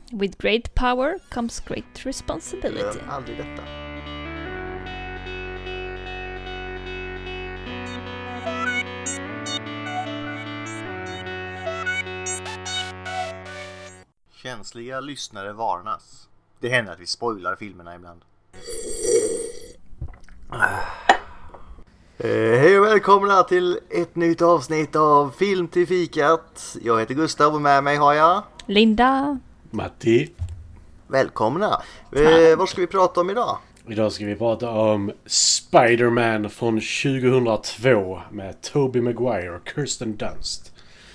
With great power comes great responsibility. Gör aldrig detta. Känsliga lyssnare varnas. Det händer att vi spoilar filmerna ibland. Hej och välkomna till ett nytt avsnitt av Film till fikat. Jag heter Gustav och med mig har jag Linda. Matti. Välkomna. Vad ska vi prata om idag? Idag ska vi prata om Spider-Man från 2002 med Tobey Maguire och Kirsten Dunst.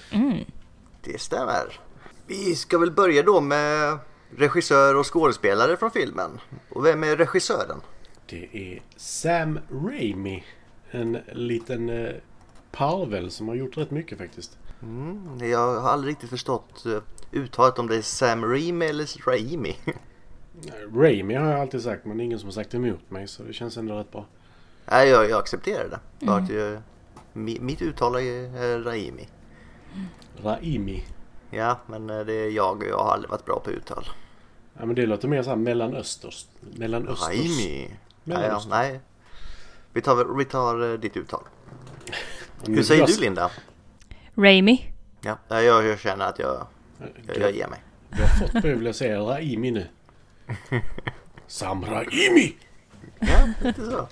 Det stämmer. Vi ska väl börja då med regissör och skådespelare från filmen. Och vem är regissören? Det är Sam Raimi. En liten parvel som har gjort rätt mycket faktiskt. Jag har aldrig riktigt förstått uttalet om det är Sam Raimi eller Raimi. Raimi har jag alltid sagt, men det är ingen som har sagt emot mig, så det känns ändå rätt bra. Nej, jag accepterar det. Bara att mitt uttal är Raimi. Raimi. Ja, men det är jag har aldrig varit bra på uttal. Ja, men det låter mer så här mellanösters. Raimi. Nej. Vi tar ditt uttal. Hur säger du, Linda? Raimi. Ja, jag känner att jag ger mig. Jag har fått på att säga Raimi nu. Sam Raimi! Ja, lite så.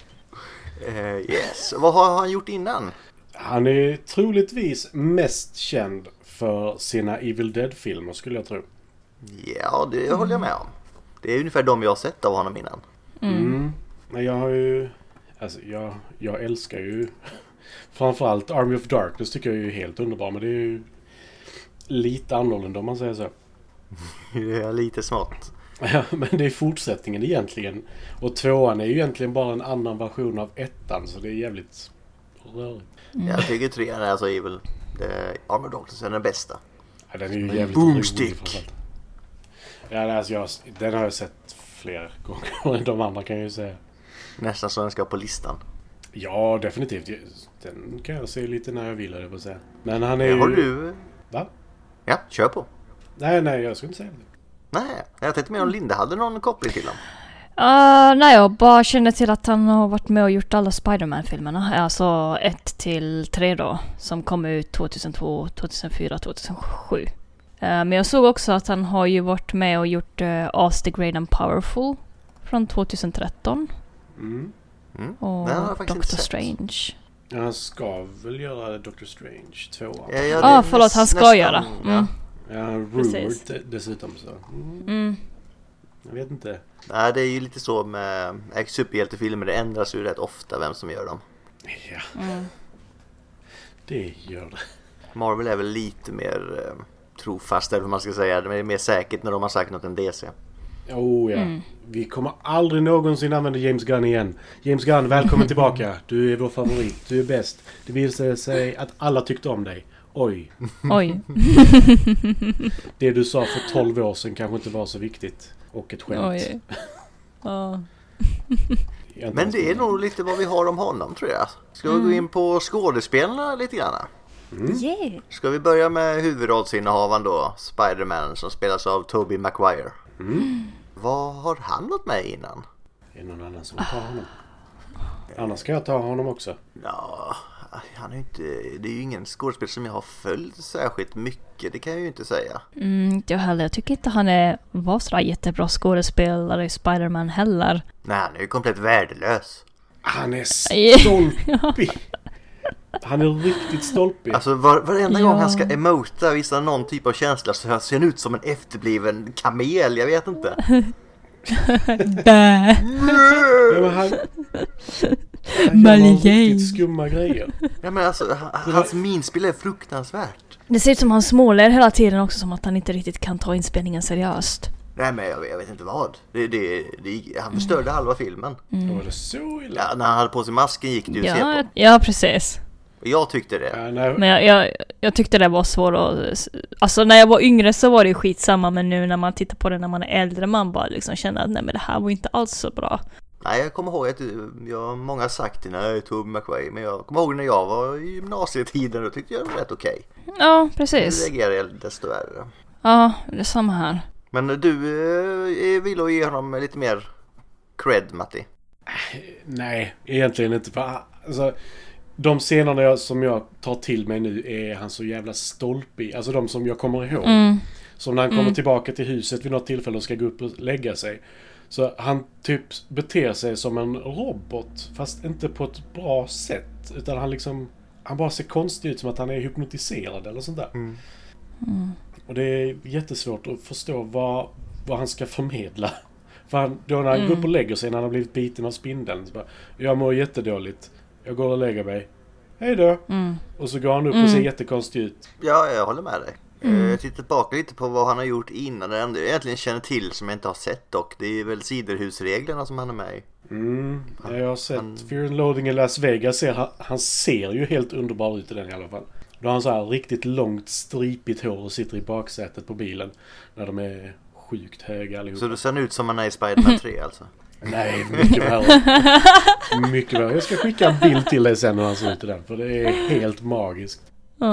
Yes. Vad har han gjort innan? Han är troligtvis mest känd för sina Evil Dead-filmer, skulle jag tro. Ja, det håller jag med om. Det är ungefär de jag har sett av honom innan. Men jag har ju... Alltså, jag älskar ju... Framförallt Army of Darkness tycker jag är ju helt underbar, men det är ju lite annorlunda om man säger så. Ja, lite smått. Ja, men det är fortsättningen egentligen. Och tvåan är ju egentligen bara en annan version av ettan, så det är jävligt rörigt. Jag tycker trean är så evil. Army of Darkness är den bästa. Ja, den är ju jävligt Boomstick. Ja, alltså den har jag sett fler gånger än de andra, kan jag ju säga. Nästan så den ska på listan. Ja, definitivt. Den kan jag se lite när jag vill, det får säga. Men han är Har ju... du... Va? Ja, kör på. Nej, jag ska inte säga det. Nej, jag tänkte med om Linda hade någon koppling till dem. Nej, jag bara känner till att han har varit med och gjort alla Spider-Man-filmerna. Alltså 1-3 då, som kom ut 2002, 2004, 2007. Men jag såg också att han har ju varit med och gjort Oz the Great and Powerful från 2013. Och Doctor Strange. Ja, han ska väl göra Doctor Strange 2. Förlåt, han ska göra. Ja, rumored dessutom så. Jag vet inte. Nej, det är ju lite så med superhjältefilmer. Det ändras ju rätt ofta vem som gör dem. Ja. Det gör det. Marvel är väl lite mer trofast, eller vad man ska säga. Det är mer säkert när de har sagt något än DC. Vi kommer aldrig någonsin använda James Gunn igen. James Gunn, välkommen tillbaka. Du är vår favorit, du är bäst. Det visade sig att alla tyckte om dig. Oj. Det du sa för 12 år sedan kanske inte var så viktigt. Och ett skämt. Men det är nog lite vad vi har om honom, tror jag. Ska vi gå in på skådespelarna lite grann? Yeah. Ska vi börja med huvudrollsinnehavaren då, Spider-Man, som spelas av Tobey Maguire. Vad har han varit med innan? Det är någon annan som tar honom. Annars ska jag ta honom också. Ja, han är inte, det är ju ingen skådespelare som jag har följt särskilt mycket, det kan jag ju inte säga. Inte jag heller. Jag tycker inte han var så jättebra skådespelare i Spider-Man heller. Nej, han är ju komplett värdelös. Han är stolpig. Han är riktigt stolpig. Alltså varenda gång han ska emota, visa någon typ av känsla, så ser han ut som en efterbliven kamel, jag vet inte. Ja, men han gör riktigt skumma grejer. Ja, men alltså, hans minspel är fruktansvärt. Det ser ut som han småler hela tiden också, som att han inte riktigt kan ta inspelningen seriöst. Nej, men jag vet inte vad. Han förstörde halva filmen. Då var det så illa. Ja, när han hade på sig masken gick det ju att se på. Ja, precis. Jag tyckte det. Men jag tyckte det var svårt att... Alltså när jag var yngre så var det ju skitsamma, men nu när man tittar på det när man är äldre, man bara liksom känner att nej, men det här var inte alls så bra. Nej, jag kommer ihåg att många har sagt nej, Tobey Maguire, men jag kommer ihåg när jag var i gymnasietiden, då tyckte jag det var rätt okej. Ja, precis. Nu reagerar jag desto värre. Ja, det är samma här. Men du vill ju ge honom lite mer cred, Matti? Nej, egentligen inte. För, alltså, de scenerna som jag tar till mig nu är han så jävla stolpig. Alltså de som jag kommer ihåg. Som när han kommer tillbaka till huset vid något tillfälle och ska gå upp och lägga sig. Så han typ beter sig som en robot, fast inte på ett bra sätt. Utan han bara ser konstig ut, som att han är hypnotiserad eller sånt där. Och det är jättesvårt att förstå vad han ska förmedla. För då när han går upp och lägger sig, när han har blivit biten av spindeln, så bara, jag mår jättedåligt. Jag går och lägger mig. Hej då. Och så går han upp och ser jättekonstig ut. Ja, jag håller med dig. Jag tittar tillbaka lite på vad han har gjort innan. Det enda jag egentligen känner till som jag inte har sett dock, det är väl Ciderhusreglerna som han är med i. Jag har sett Fear and Loathing i Las Vegas. Han ser ju helt underbar ut i den i alla fall. Då har han så här riktigt långt stripigt hår och sitter i baksätet på bilen när de är sjukt höga allihopa. Så du ser ut som han är i Spider-Man 3 alltså? Nej, mycket värre. Mycket värre. Jag ska skicka en bild till dig sen när han ser ut i den, för det är helt magiskt.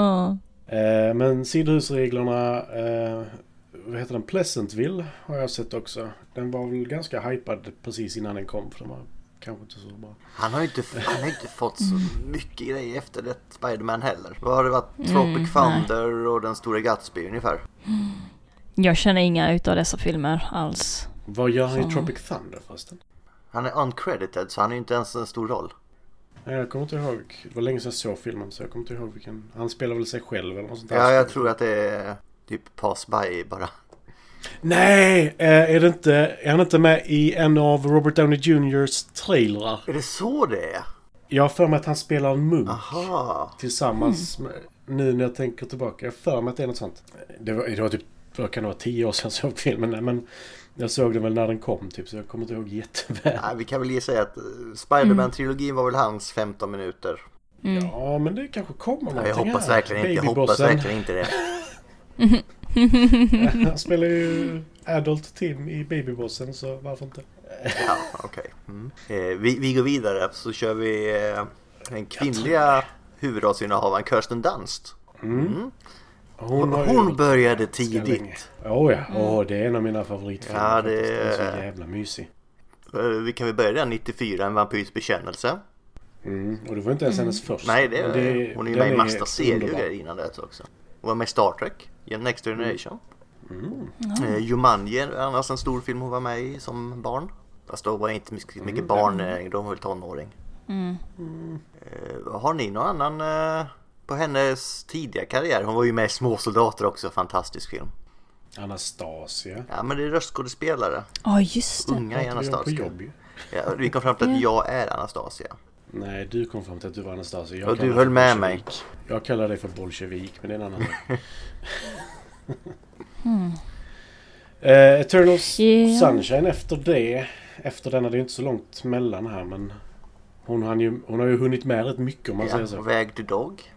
Men Ciderhusreglerna, vad heter den? Pleasantville har jag sett också. Den var väl ganska hypad precis innan den kom, för den var kanske inte så bra. Han har inte fått så mycket grejer efter det Spider-Man heller. Vad har det varit? Tropic Thunder och Den stora Gatsby ungefär. Jag känner inga utav dessa filmer alls. Vad gör han i Tropic Thunder förresten? Han är uncredited, så han är inte ens en stor roll. Nej, jag kommer inte ihåg. Det var länge sedan jag såg filmen, så jag kommer inte ihåg vilken. Han spelar väl sig själv eller något sånt där. Ja, jag tror att det är typ pass by bara. Nej, är han inte med i en av Robert Downey Jr.'s trailrar? Är det så det är? Jag har för mig att han spelar en munk. Aha. Tillsammans med, nu när jag tänker tillbaka. Jag har för mig att det är något sånt. Det var typ, vad kan det vara, 10 år sedan jag såg filmen. Men jag såg den väl när den kom typ, så jag kommer inte ihåg jätteväl. Nej, vi kan väl ge säga att Spider-Man-trilogin var väl hans 15 minuter. Ja, men det kanske kommer någonting. Jag hoppas verkligen inte det. Han spelar ju Adult Tim i Babybossen, så varför inte? Ja, okej. Vi går vidare, så kör vi den kvinnliga huvudrollsinnehavaren Kirsten Dunst. Hon började tidigt. Det är en av mina favoritfilmer. Ja, det är så jävla mysig. Vi kan väl börja där, 94, En vampyrs bekännelse. Och det var inte ens hennes första. Nej, hon är med i massa serier innan det också. Hon var med i Star Trek, Next Generation. Jumanji är annars en stor film hon var med i som barn. Fast då var det inte mycket barn, de var väl tonåring. Har ni någon annan på hennes tidiga karriär? Hon var ju med i Små soldater också, fantastisk film. Anastasia. Ja, men det är röstskådespelare. Ja, just det. Unga i Anastasia. Ja, vi kom fram till att jag är Anastasia. Nej, du kom fram till att du var Anastasia. Och du höll med mig. Jag kallar dig för bolsjevik, men det är en annan. Eternals Sunshine efter den är det inte så långt mellan här, men hon har ju hunnit med rätt mycket, om man säger så. Väg till Dog.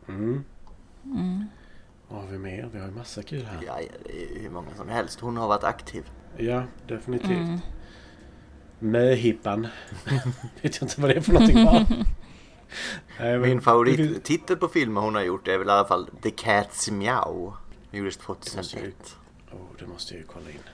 Vad har vi mer? Vi har ju massa kul här. Ja, det är hur många som helst. Hon har varit aktiv. Ja, definitivt. Möhippan. Vet jag inte vad det är för någonting, va? Min favorittitel på filmen hon har gjort är väl i alla fall The Cat's Meow. Just 2001. Det måste jag ju kolla in.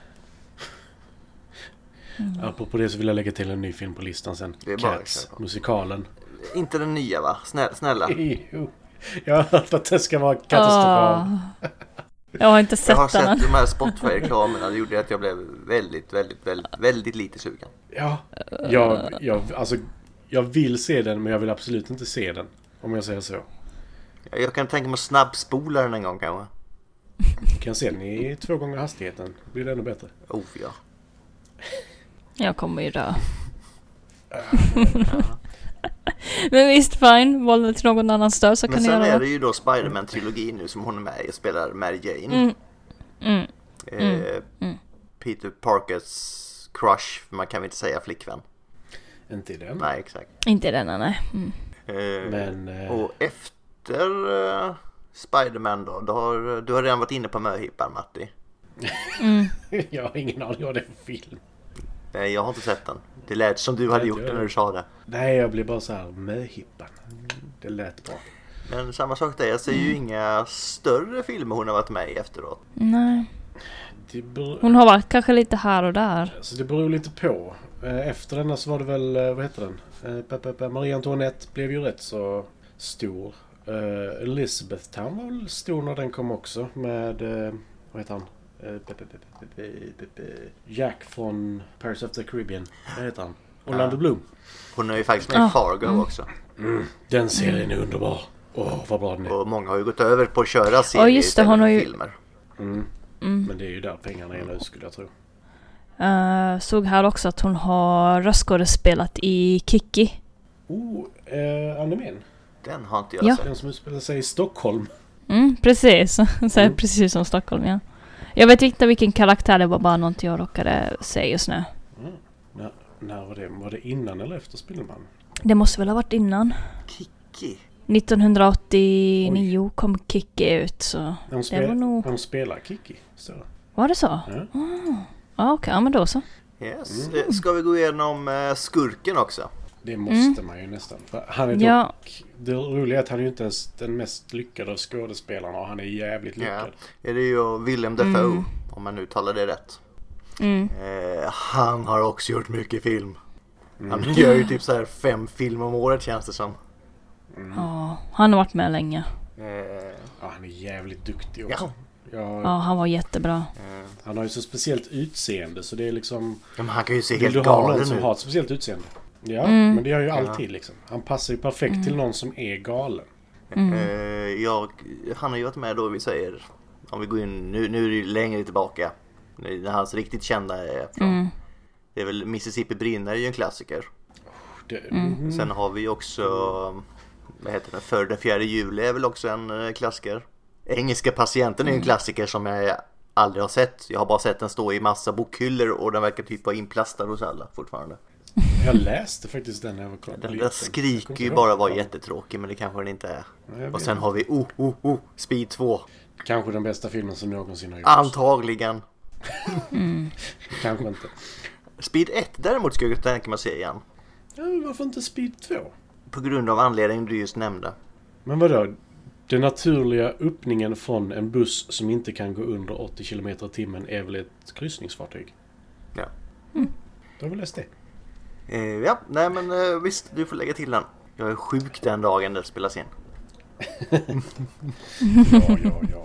Apropå det så vill jag lägga till en ny film på listan sen. Cats, musikalen. Inte den nya, va? Snälla. Jo. Jag har hört att det ska vara katastrofal. Jag har inte sett den. Jag har sett de här Spotify-reklamerna. Det gjorde att jag blev väldigt lite sugen. Ja, jag vill se den, men jag vill absolut inte se den, om jag säger så. Jag kan tänka mig att snabbspola den en gång kanske. Kan se den i 2 gånger hastigheten. Blir det ännu bättre? Ja. Jag kommer ju dö. Men visst, fine. Valde till någon annan stöd så kan ni göra det. Men sen är det ju då Spider-Man-trilogin nu som hon är med och spelar Mary Jane. Peter Parkers crush, man kan väl inte säga flickvän. Inte i den. Nej, exakt. Inte i den, nej. Och efter Spider-Man då du har redan varit inne på möhippan, Matti. Jag har ingen aning vad det är för film. Nej, jag har inte sett den. Det lät som du hade gjort det när du sa det. Nej, jag blir bara så här möhippan. Det lät bra. Men samma sak där, jag ser ju inga större filmer hon har varit med i efteråt. Nej. Hon har varit kanske lite här och där. Så det beror lite på. Efter denna så var det väl, vad heter den? Marie Antoinette blev ju rätt så stor. Elizabethtown var väl stor när den kom också. Med, vad heter han? Jack från Pirates of the Caribbean. Vad heter han? Orlando Bloom. Hon är ju faktiskt med i Fargo också. Den serien är underbar. Vad bra den är. Och många har ju gått över på att köra serier just det, hon har ju... filmer. Men det är ju där pengarna är nu, skulle jag tro. Såg här också att hon har röstskådespelat i Kiki. Animen. Den har inte jag sett. Den som utspelar sig i Stockholm. Precis. Precis som Stockholm, ja. Jag vet inte vilken karaktär det var, bara någonting jag råkade säga just nu. När var det? Var det innan eller efter Spindelmannen? Det måste väl ha varit innan. Kiki? 1989 kom Kiki ut, så det var nog... Han spelar Kiki, så. Var det så? Ja. Okej, men då så. Yes. Ska vi gå igenom skurken också? Det måste man ju nästan. För han är dock... Det roliga är att han är ju inte ens den mest lyckade av skådespelarna, och han är jävligt lyckad. Ja, det är ju Willem Dafoe, om man nu talar det rätt. Han har också gjort mycket film. Han gör ju typ så här 5 filmer om året, känns det som. Ja, han har varit med länge. Han är jävligt duktig också. Ja, han var jättebra. Han har ju så speciellt utseende, så det är liksom... Ja, men han kan ju se helt galen ut. Vill du ha någon nu som har ett speciellt utseende? Ja, men det gör ju alltid liksom. Han passar ju perfekt till någon som är galen. Han har ju varit med då, vi säger, om vi går in, nu är det ju längre tillbaka, när hans riktigt kända är från. Det är väl Mississippi brinner, är ju en klassiker. Sen har vi också, vad heter det, För den 4 juli är väl också en klassiker. Engelska patienten är en klassiker som jag aldrig har sett. Jag har bara sett den stå i massa bokhyllor, och den verkar typ vara inplastad hos alla fortfarande. Jag läste faktiskt den när jag var klar. Den där skriker ju bara vara jättetråkig, men det kanske den inte är. Och sen har vi Speed 2. Kanske den bästa filmen som någonsin har gjorts. Antagligen. Kanske inte. Speed 1 däremot skulle jag tänka mig att se igen. Ja, varför inte Speed 2? På grund av anledningen du just nämnde. Men vadå? Den naturliga öppningen från en buss som inte kan gå under 80 km/h är väl ett kryssningsfartyg? Ja. Då har vi läst det. Ja, nej men visst, du får lägga till den. Jag är sjuk den dagen det spelas in. Ja.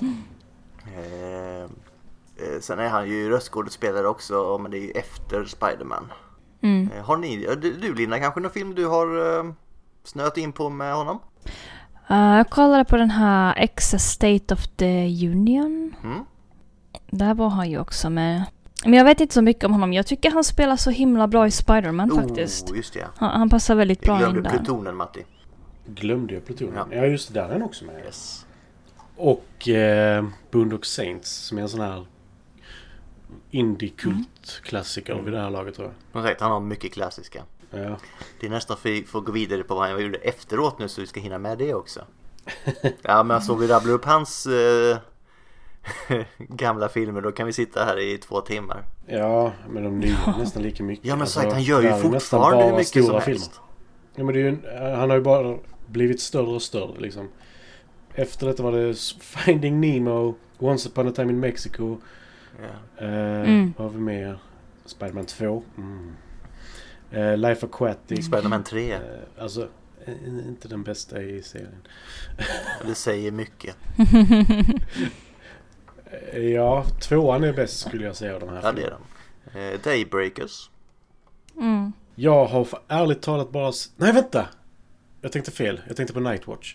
Sen är han ju röstskådespelare också, men det är ju efter Spider-Man. Har ni, du Lina, kanske någon film du har snöat in på med honom? Jag kollade på den här Excess State of the Union. Där var han ju också med. Men jag vet inte så mycket om honom. Jag tycker han spelar så himla bra i Spider-Man faktiskt. Just det. Han passar väldigt bra in där. Glömde Plutonen, Matti. Glömde jag Plutonen? Ja, just det, där är han också med. Yes. Och Boondock Saints, som är en sån här indie-kult-klassiker vid det här laget, tror jag. Som sagt, han har mycket klassiska. Ja. Det är nästan för att gå vidare på vad han gjorde efteråt nu, så vi ska hinna med det också. Ja, men så vi rabblar upp hans gamla filmer, då kan vi sitta här i 2 timmar. Ja, men de nya är nästan lika mycket. Ja, men sagt, han gör ju fortfarande hur mycket som helst. Filmer. Ja, men det är ju, han har ju bara blivit större och större liksom. Efter detta var det Finding Nemo, Once Upon a Time in Mexico. Vad har vi mer? Spider-Man 2. Life Aquatic. Spider-Man 3. Alltså, inte den bästa i serien. Det säger mycket. Ja, 2:an är bäst skulle jag säga av de här. Ja, det är den. Daybreakers. Jag har för ärligt talat bara... Nej, vänta! Jag tänkte fel. Jag tänkte på Nightwatch.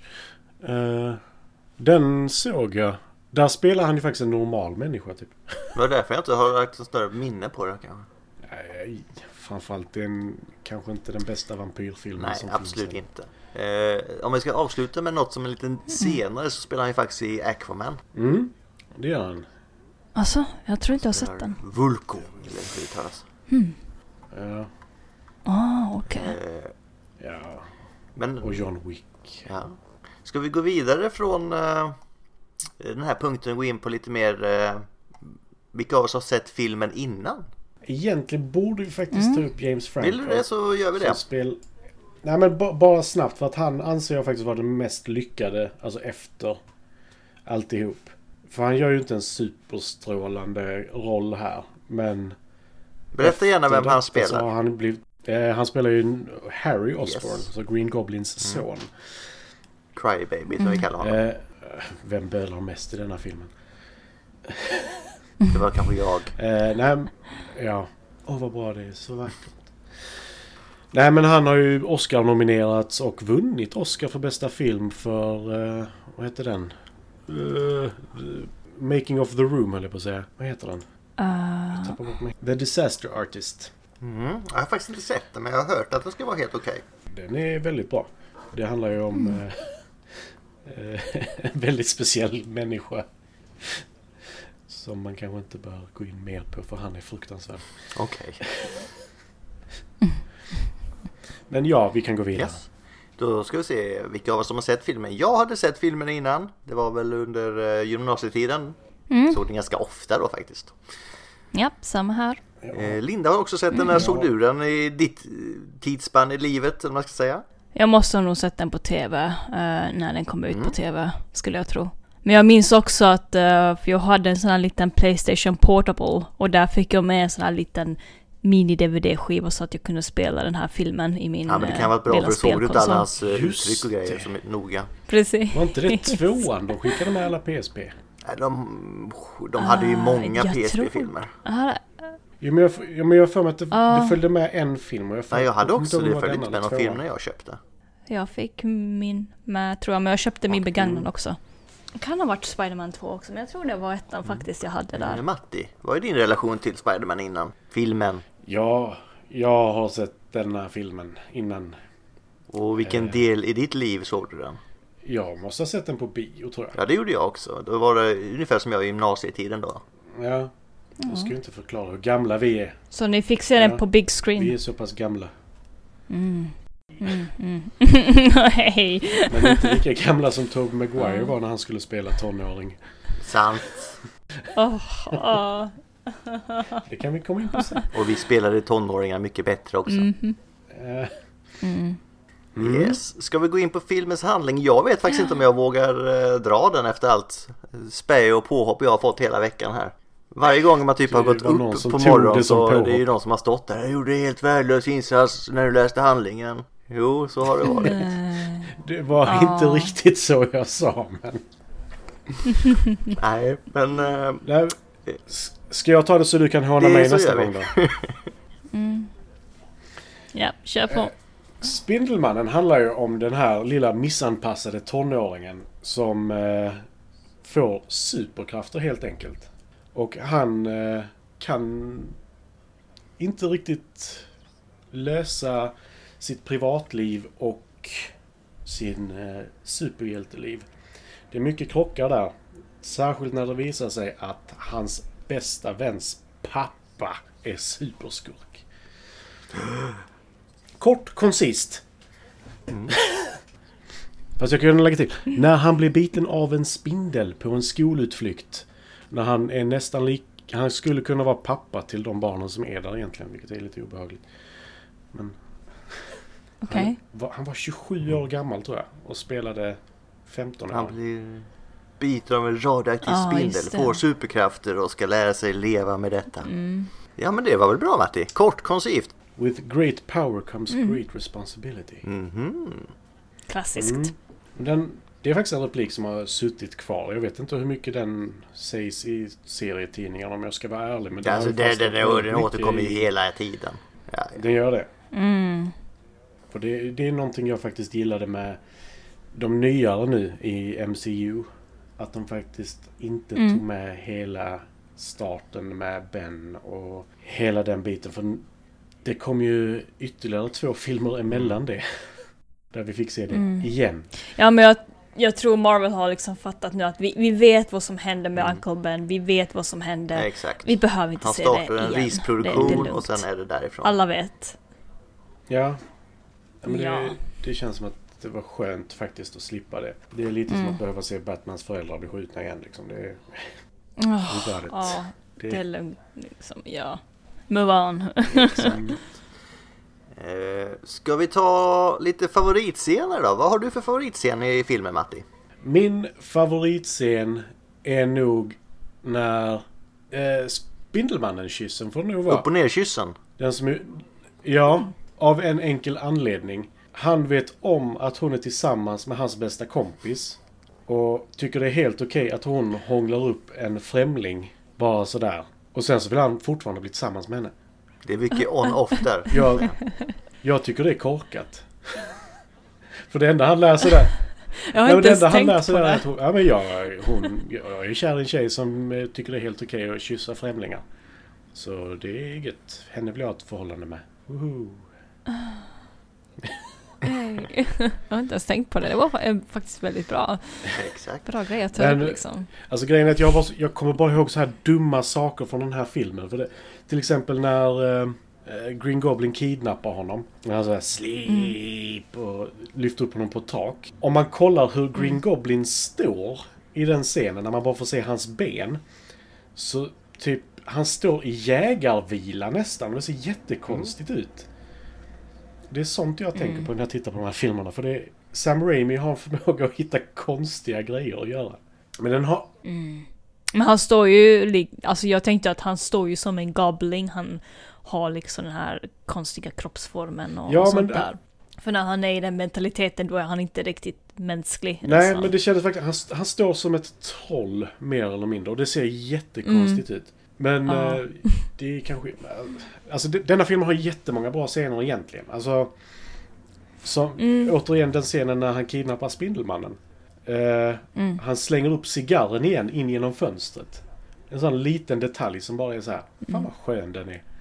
Den såg jag. Där spelar han ju faktiskt en normal människa, typ. Det var därför jag inte har lagt så större minne på det, kanske. Nej, framförallt det är kanske inte den bästa vampyrfilmen. Nej, som absolut finns. Inte. Om vi ska avsluta med något som är lite senare, så spelar han ju faktiskt i Aquaman. Det gör han. Alltså, jag tror inte jag har sett den. Vulko, eller hur det talas. Ja. Okej. Ja. Men, och John Wick. Ja. Ska vi gå vidare från den här punkten och gå in på lite mer vilka av oss har sett filmen innan? Egentligen borde vi faktiskt ta upp James Franco. Vill du det, så gör vi det. Nej, men bara snabbt, för att han anser jag faktiskt var den mest lyckade, alltså efter alltihop. För han gör ju inte en superstrålande roll här. Men... Berätta gärna vem han spelar. Han spelar ju Harry Osborn, så Green Goblins son. Crybaby som vi kallar honom. Vem bölar mest i denna filmen? Det var kanske jag. Nej, ja. Vad bra det är, så vackert. Nej, men han har ju Oscar-nominerats och vunnit Oscar för bästa film för... vad heter den? Making of the Room, höll jag på att säga. Vad heter den? Jag tappar bort mig. The Disaster Artist. Jag har faktiskt inte sett den, men jag har hört att den ska vara helt okej. Den är väldigt bra. Det handlar ju om en väldigt speciell människa. Som man kanske inte bör gå in mer på, för han är fruktansvärd. Okej. Men ja, vi kan gå vidare. Yes. Då ska vi se vilka av oss som har sett filmen. Jag hade sett filmen innan. Det var väl under gymnasietiden. Såg den ganska ofta då faktiskt. Ja, samma här. Linda har också sett den. När såg du den i ditt tidsspann i livet, eller man ska säga? Jag måste nog sett den på tv när den kom ut på tv, skulle jag tro. Men jag minns också att för jag hade en sån här liten PlayStation Portable och där fick jag med en sån här liten mini-DVD-skiva så att jag kunde spela den här filmen i min Ja, men det kan vara bra för du såg inte alla hans uttryck och grejer som är noga. Precis. Var inte det 2:an? De skickade med alla PSP. Nej, de hade ju många PSP-filmer. Jo, men jag får mig att det följde med en film. Och jag hade också det, följde inte med någon film när jag köpte. Jag fick min med, tror jag, men jag köpte min begagnad också. Det kan ha varit Spider-Man 2 också, men jag tror det var ettan faktiskt jag hade där. Matti, vad är din relation till Spider-Man innan filmen? Ja, jag har sett den här filmen innan. Och vilken del i ditt liv såg du den? Jag måste ha sett den på bio, tror jag. Ja, det gjorde jag också. Då var det ungefär som jag i gymnasietiden då. Ja, jag ska ju inte förklara hur gamla vi är. Så ni fick se den på big screen? Vi är så pass gamla. Hej. Men inte lika gamla som Tobey Maguire var när han skulle spela tonåring. Sant. Det kan vi komma in på sen. Och vi spelade tonåringar mycket bättre också. Yes. Ska vi gå in på filmens handling? Jag vet faktiskt inte om jag vågar dra den efter allt spä och påhopp jag har fått hela veckan här. Varje gång man typ har gått upp på morgonen så det är ju någon som har stått där. Jag gjorde helt värdelös insats när du läste handlingen. Jo, så har det varit. Det var inte riktigt så jag sa, men... Nej, men... Ska jag ta det så du kan håna mig nästa gång då? Ja, kör på. Spindelmannen handlar ju om den här lilla missanpassade tonåringen som får superkrafter helt enkelt. Och han kan inte riktigt lösa sitt privatliv och sin superhjälteliv. Det är mycket krockar där. Särskilt när det visar sig att hans bästa väns pappa är superskurk. Kort, koncist. Fast jag kan lägga till. När han blir biten av en spindel på en skolutflykt. När han är nästan han skulle kunna vara pappa till de barnen som är där egentligen. Vilket är lite obehagligt. Men... Okay. Han var 27 år gammal tror jag. Och spelade 15 år. Han blir biten av en radioaktiv spindel. Får superkrafter och ska lära sig leva med detta. Ja, men det var väl bra, Matti. Kort, koncist. With great power comes great responsibility. Klassiskt. Det är faktiskt en replik som har suttit kvar. Jag vet inte hur mycket den sägs i serietidningarna om jag ska vara ärlig. Men alltså den återkommer ju hela tiden. Ja. Den gör det. För det är någonting jag faktiskt gillade med de nyare nu i MCU. Att de faktiskt inte tog med hela starten med Ben och hela den biten. För det kom ju ytterligare 2 filmer emellan det. Där vi fick se det igen. Ja, men jag tror Marvel har liksom fattat nu att vi vet vad som händer med Uncle Ben. Vi vet vad som händer. Exakt. Vi behöver inte se det igen. Han startar en risproduktion och sen är det därifrån. Alla vet. Ja. Men det känns som att det var skönt faktiskt att slippa det. Det är lite som att behöva se Batmans föräldrar bli skjutna igen. Liksom. Det är det är lugnt. Liksom. Ja. Move on. Ska vi ta lite favoritscener då? Vad har du för favoritscen i filmen, Matti? Min favoritscen är nog när Spindelmannen-kyssen får det nog vara. Upp- och ner-kyssen? Den som är, ja, av en enkel anledning. Han vet om att hon är tillsammans med hans bästa kompis. Och tycker det är helt okej att hon hånglar upp en främling. Bara sådär. Och sen så vill han fortfarande bli tillsammans med henne. Det är mycket on-off där. Jag tycker det är korkat. För det enda han läser där. Jag har inte ens tänkt på det. Att jag är kär i en tjej som tycker det är helt okej att kyssa främlingar. Så det är inget. Henne vill jag ha ett förhållande med. Jag har inte ens tänkt på det. Det var faktiskt väldigt bra. Exakt. Bra grej att ta upp liksom. Alltså grejen är att jag kommer bara ihåg så här dumma saker från den här filmen. För det, till exempel när Green Goblin kidnappar honom. När han så här sleep och lyfter upp honom på ett tak. Om man kollar hur Green Goblin står i den scenen, när man bara får se hans ben. Så typ, han står i jägarvila nästan. Och det ser jättekonstigt ut. Det är sånt jag tänker på när jag tittar på de här filmerna. För Sam Raimi har en förmåga att hitta konstiga grejer att göra. Men den har... Men han står ju... Alltså jag tänkte att han står ju som en goblin. Han har liksom den här konstiga kroppsformen och sånt där. För när han är i den mentaliteten då är han inte riktigt mänsklig. Nej, nästan. men det kändes faktiskt... Han står som ett troll mer eller mindre. Och det ser jättekonstigt ut. Men det är kanske... Alltså denna filmen har jättemånga bra scener egentligen. Alltså... Återigen den scenen när han kidnappar Spindelmannen. Han slänger upp cigarren igen in genom fönstret. En sån liten detalj som bara är så här. Fan vad skön den är.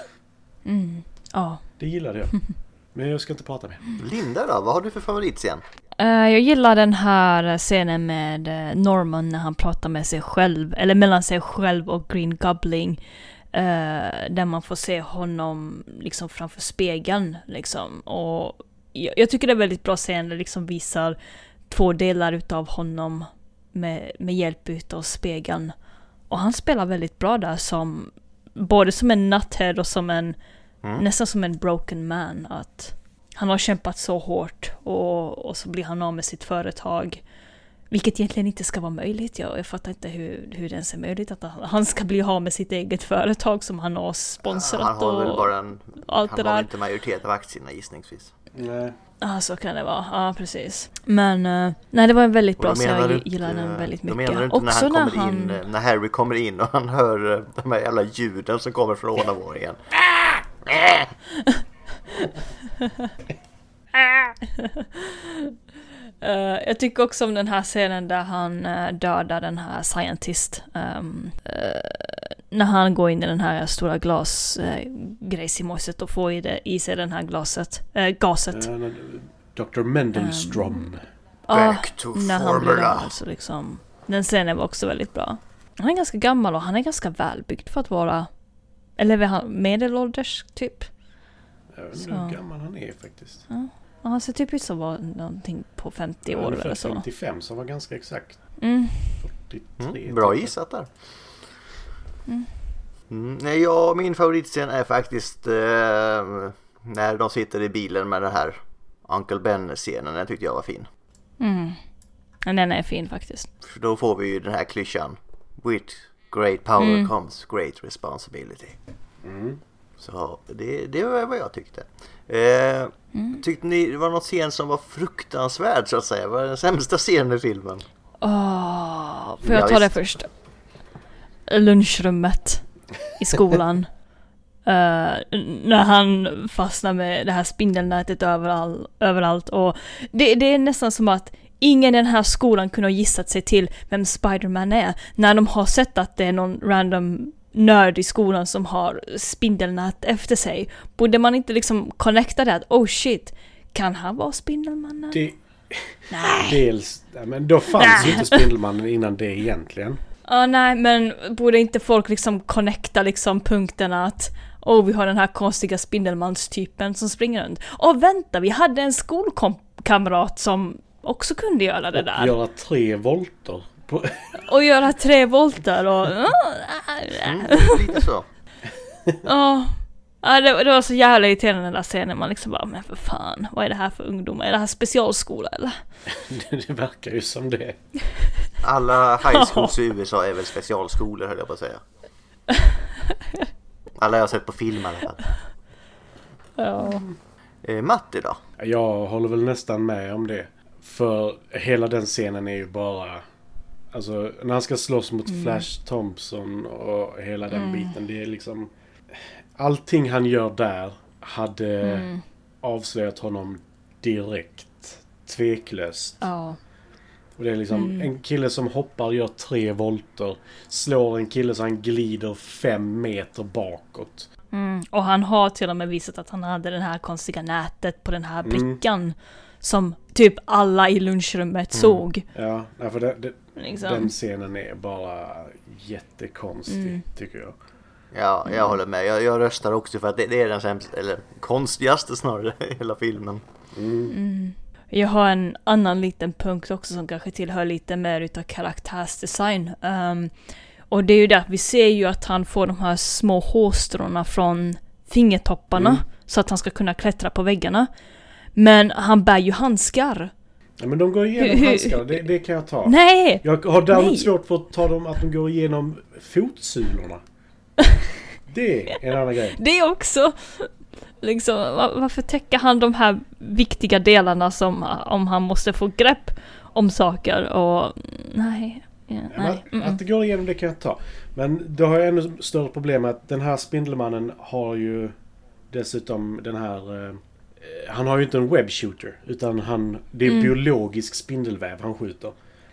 Det gillade jag. Men jag ska inte prata mer. Linda då, vad har du för favoritscen? Jag gillar den här scenen med Norman när han pratar med sig själv. Eller mellan sig själv och Green Goblin. Där man får se honom liksom framför spegeln. Liksom. Och jag tycker det är väldigt bra scen. Det liksom visar två delar utav honom med hjälp utav spegeln. Och han spelar väldigt bra där som både som en nuthead och som en nästan som en broken man. Att han har kämpat så hårt och så blir han av med sitt företag. Vilket egentligen inte ska vara möjligt. Jag fattar inte hur det ens är möjligt att han ska bli av med sitt eget företag som han har sponsrat. Han har väl bara han har inte majoritet av aktierna gissningsvis. Nej. Ja, så kan det vara. Ja, precis. Men nej, det var en väldigt bra, så jag gillar den väldigt mycket. Då menar du inte också när Harry kommer in och han hör de här jävla ljuden som kommer från ånavåringen. Jag tycker också om den här scenen där han dödar den här scientist. När han går in i den här stora glasgrejsimojset och får i sig den här gaset. Dr. Mendelstrom. Back to när han blir alltså liksom. Den scenen var också väldigt bra. Han är ganska gammal och han är ganska välbyggd för att vara, eller medelålders typ. Jag vet inte hur gammal han är faktiskt. Ja. Han ser typ ut som var någonting på 50 år eller så. 55 som var ganska exakt. 43. Bra gissat där. Nej, min favoritscen är faktiskt när de sitter i bilen med den här Uncle Ben-scenen. Den tyckte jag var fin. Den är fin faktiskt. För då får vi ju den här klyschan. With great power comes great responsibility. Så det var vad jag tyckte. Tyckte ni det var något scen som var fruktansvärd så att säga? Var det den sämsta scenen i filmen? Får jag ta det först? Lunchrummet i skolan. När han fastnar med det här spindelnätet överallt. Och det är nästan som att ingen i den här skolan kunde ha gissat sig till vem Spider-Man är. När de har sett att det är någon random nörd i skolan som har spindelnät efter sig. Borde man inte liksom connecta det att oh shit, kan han vara Spindelmannen? Nej. Dels, men då fanns ju inte Spindelmannen innan det egentligen. Nej, men borde inte folk liksom connecta liksom punkterna att vi har den här konstiga Spindelmanstypen som springer runt. Vänta, vi hade en skolkamrat som också kunde göra det där. Göra 3 volter. Och göra 3 volter och... lite så. Det var så jävla irriterande den där scenen. Man liksom bara, men för fan, vad är det här för ungdomar? Är det här specialskola eller? Det verkar ju som det. Alla high schools i USA är väl specialskolor, höll jag på att säga. Alla jag har sett på film i alla fall. Ja. Matti då? Jag håller väl nästan med om det. För hela den scenen är ju bara... Alltså, när han ska slåss mot Flash Thompson och hela den biten. Det är liksom... Allting han gör där hade avslöjat honom direkt. Tveklöst. Ja. Och det är liksom en kille som hoppar, gör 3 volter. Slår en kille så han glider 5 meter bakåt. Och han har till och med visat att han hade det här konstiga nätet på den här brickan. Som typ alla i lunchrummet såg. Ja, för liksom. Den scenen är bara jättekonstig, tycker jag. Ja, jag håller med. Jag röstar också för att det är den sämsta, eller konstigaste snarare, i hela filmen. Jag har en annan liten punkt också som kanske tillhör lite mer utav karaktärsdesign. Och det är ju det att vi ser ju att han får de här små hårstråna från fingertopparna så att han ska kunna klättra på väggarna. Men han bär ju handskar. Ja, men de går igenom handskar, det kan jag ta. Nej! Jag har däremot svårt för att ta dem att de går igenom fotsulorna. Det är en annan grej. Det också. Liksom, varför täcker han de här viktiga delarna som om han måste få grepp om saker och nej. Nej. Att det går igenom det kan jag ta. Men då har jag ännu större problem med att den här Spindelmannen har ju dessutom den här han har ju inte en web shooter utan det är biologisk spindelväv han skjuter.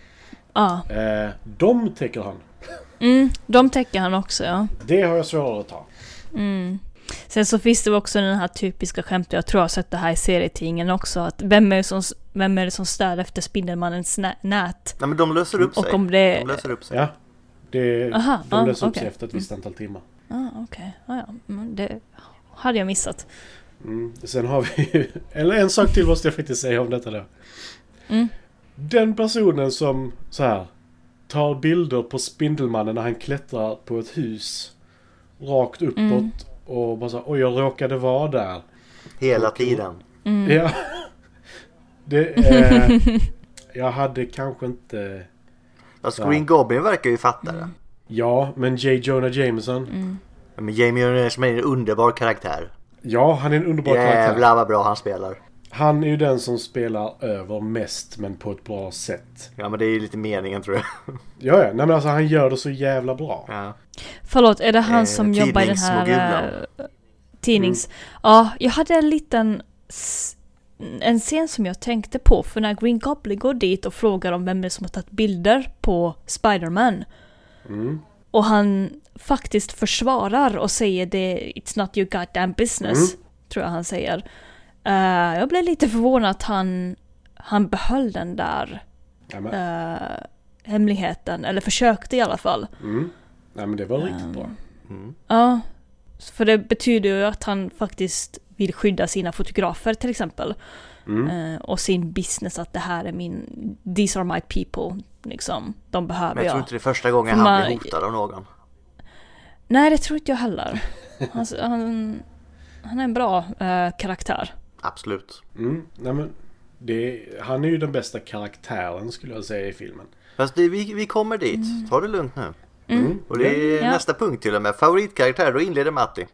De täcker han. De täcker han också, ja. Det har jag svårare att ta. Sen så finns det också den här typiska skämtet, jag tror jag har sett det här i serietidningen också, att vem är det som stör efter Spindelmannens nät? Nej, men de löser upp sig. De löser upp sig. Ja, de löser upp sig efter ett visst antal timmar. Okej. Det hade jag missat. Sen har vi ju, eller en sak till måste jag faktiskt säga om detta då. Den personen som så här tar bilder på Spindelmannen när han klättrar på ett hus rakt uppåt och bara så, oj, jag råkade vara där. Hela tiden. Ja. Jag hade kanske inte... Alltså Green Goblin verkar ju fatta det. Ja, men J. Jonah Jameson. Men Jamie Jameson är en underbar karaktär. Ja, han är en underbar karaktär. Jävlar vad bra han spelar. Han är ju den som spelar över mest, men på ett bra sätt. Ja, men det är ju lite meningen, tror jag. Ja. Nej, men alltså han gör det så jävla bra. Ja. Förlåt, är det han som jobbar i den här tidnings... Ja, jag hade en scen som jag tänkte på, för när Green Goblin går dit och frågar om vem det är som har tagit bilder på Spider-Man. Och han faktiskt försvarar och säger det, it's not your goddamn business, tror jag han säger. Jag blev lite förvånad att han behöll den där hemligheten, eller försökte i alla fall. Nej, men det var riktigt bra. Ja, för det betyder ju att han faktiskt vill skydda sina fotografer till exempel. Och sin business, att det här är these are my people, liksom. De behöver men jag tror inte det är första gången han blir hotad av någon. Nej, det tror inte jag heller. Han är en bra karaktär. Absolut. Nej, men han är ju den bästa karaktären, skulle jag säga, i filmen. Fast vi kommer dit. Ta det lugnt nu. Och det är nästa punkt till och med. Favoritkaraktär, då inleder Matti.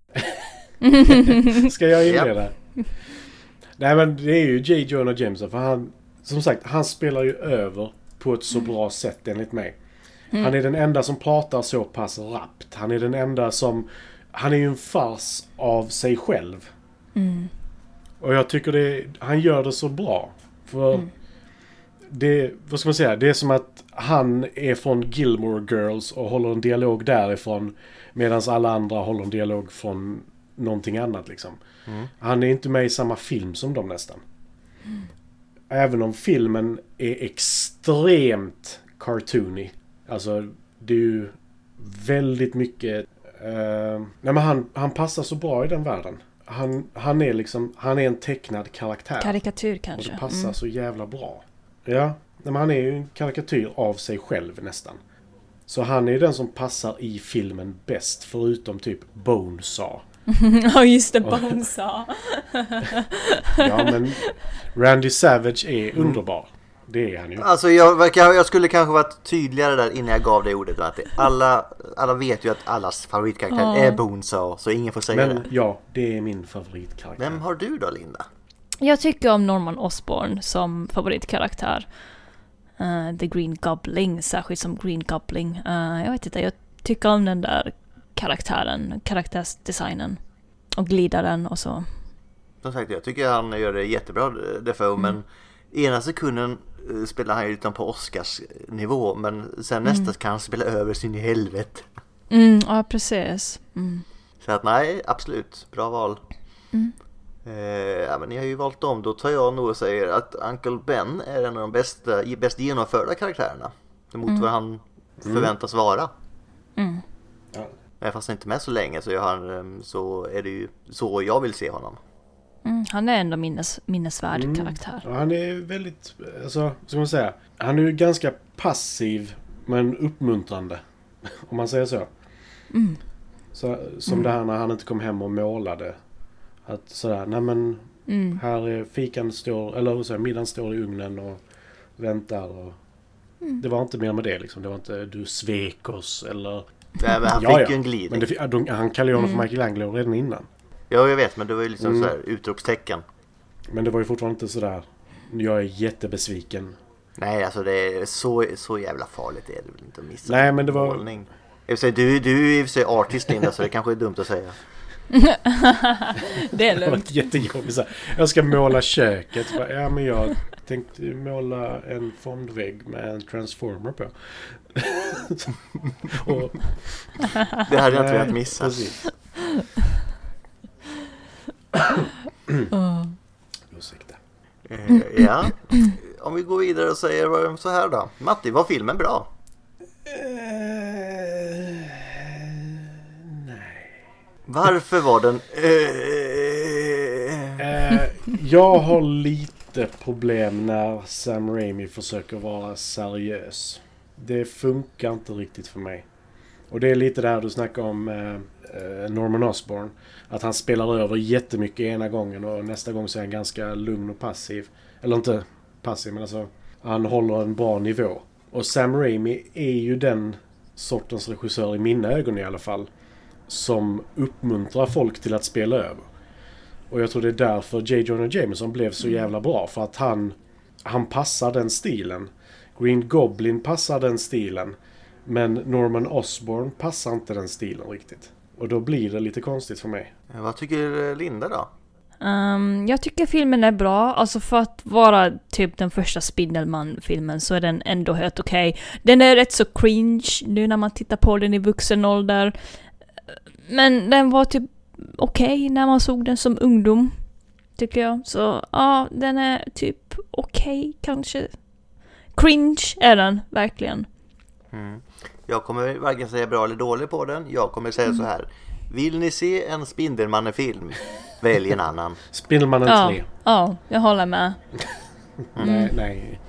Ska jag inleda? Nej, men det är ju J. Jonah Jameson. För han, som sagt, han spelar ju över på ett så bra sätt enligt mig. Han är den enda som pratar så pass rappt. Han är den enda som... Han är ju en fars av sig själv. Och jag tycker han gör det så bra. För vad ska man säga? Det är som att han är från Gilmore Girls och håller en dialog därifrån, medan alla andra håller en dialog från någonting annat liksom. Han är inte med i samma film som dem nästan. Även om filmen är extremt cartoony. Alltså det är ju väldigt mycket nej, men han passar så bra i den världen. Han är en tecknad karaktär. Karikatyr kanske. Och det passar så jävla bra. Ja, men han är ju en karikatyr av sig själv nästan. Så han är den som passar i filmen bäst, förutom typ Bonesaw. Ja, just det, Bonesaw. Ja, men Randy Savage är underbar. Det är han ju. Alltså jag skulle kanske varit tydligare där innan jag gav det ordet. Att alla vet ju att allas favoritkaraktär är Bonesaw, så ingen får säga det. Ja, det är min favoritkaraktär. Vem har du då, Linda? Jag tycker om Norman Osborn som favoritkaraktär. The Green Goblin, särskilt som Green Goblin. Jag vet inte, jag tycker om den där karaktärsdesignen och glidaren och så. Som sagt, jag tycker han gör det jättebra därför, men ena sekunden spelar han ju utan på Oscars nivå, men sen nästa kan han spela över sin i helvete. Ja, precis. Så att nej, absolut, bra val. Ja, men ni har ju valt om, då tar jag nog och säger att Uncle Ben är en av de bäst genomförda karaktärerna mot vad han förväntas vara. Fast han inte med så länge så är det ju så jag vill se honom. Han är ändå minnesvärd karaktär. Ja, han är väldigt, alltså, ska man säga, han är ju ganska passiv men uppmuntrande, om man säger så. Så som det här när han inte kom hem och målade. Att sådär, nej men här är fikan står, eller så här, middagen står i ugnen och väntar och det var inte mer med det liksom. Det var inte du svek oss eller... Nej, men han fick ju en glidning. Men han kallade ju honom för Michelangelo redan innan. Ja, jag vet, men det var ju liksom så här utropstecken. Men det var ju fortfarande inte sådär, jag är jättebesviken. Nej, alltså det är så jävla farligt är det väl inte att missa. Nej, men det var... målning. Du är ju sig artist, Linda, så det kanske är dumt att säga. Det är lugnt. Det var jättejobbigt så här. Jag ska måla köket. Ja, men jag tänkte måla en fondvägg med en transformer på. Och, det hade jag inte velat missa. Ursäkta. Ja, om vi går vidare och säger så här då. Matti, var filmen bra? Varför var den... Jag har lite problem när Sam Raimi försöker vara seriös. Det funkar inte riktigt för mig. Och det är lite där du snackar om Norman Osborn. Att han spelar över jättemycket ena gången och nästa gång så är han ganska lugn och passiv. Eller inte passiv, men alltså han håller en bra nivå. Och Sam Raimi är ju den sortens regissör i mina ögon i alla fall som uppmuntrar folk till att spela över. Och jag tror det är därför J. Jonah Jameson blev så jävla bra. För att han passar den stilen. Green Goblin passar den stilen. Men Norman Osborn passar inte den stilen riktigt. Och då blir det lite konstigt för mig. Vad tycker Linda då? Jag tycker filmen är bra. Alltså för att vara typ den första Spindelman-filmen så är den ändå helt okej. Den är rätt så cringe nu när man tittar på den i vuxen ålder. Men den var typ okej när man såg den som ungdom, tycker jag. Så ja, den är typ okej kanske. Cringe är den, verkligen. Jag kommer varken säga bra eller dålig på den. Jag kommer säga så här. Vill ni se en Spindelmannen-film? Välj en annan. Spindelmannen 3. Ja, jag håller med. Nej.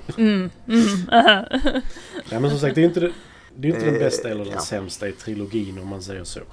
Ja, men som sagt, det är inte den bästa eller den sämsta i trilogin om man säger så.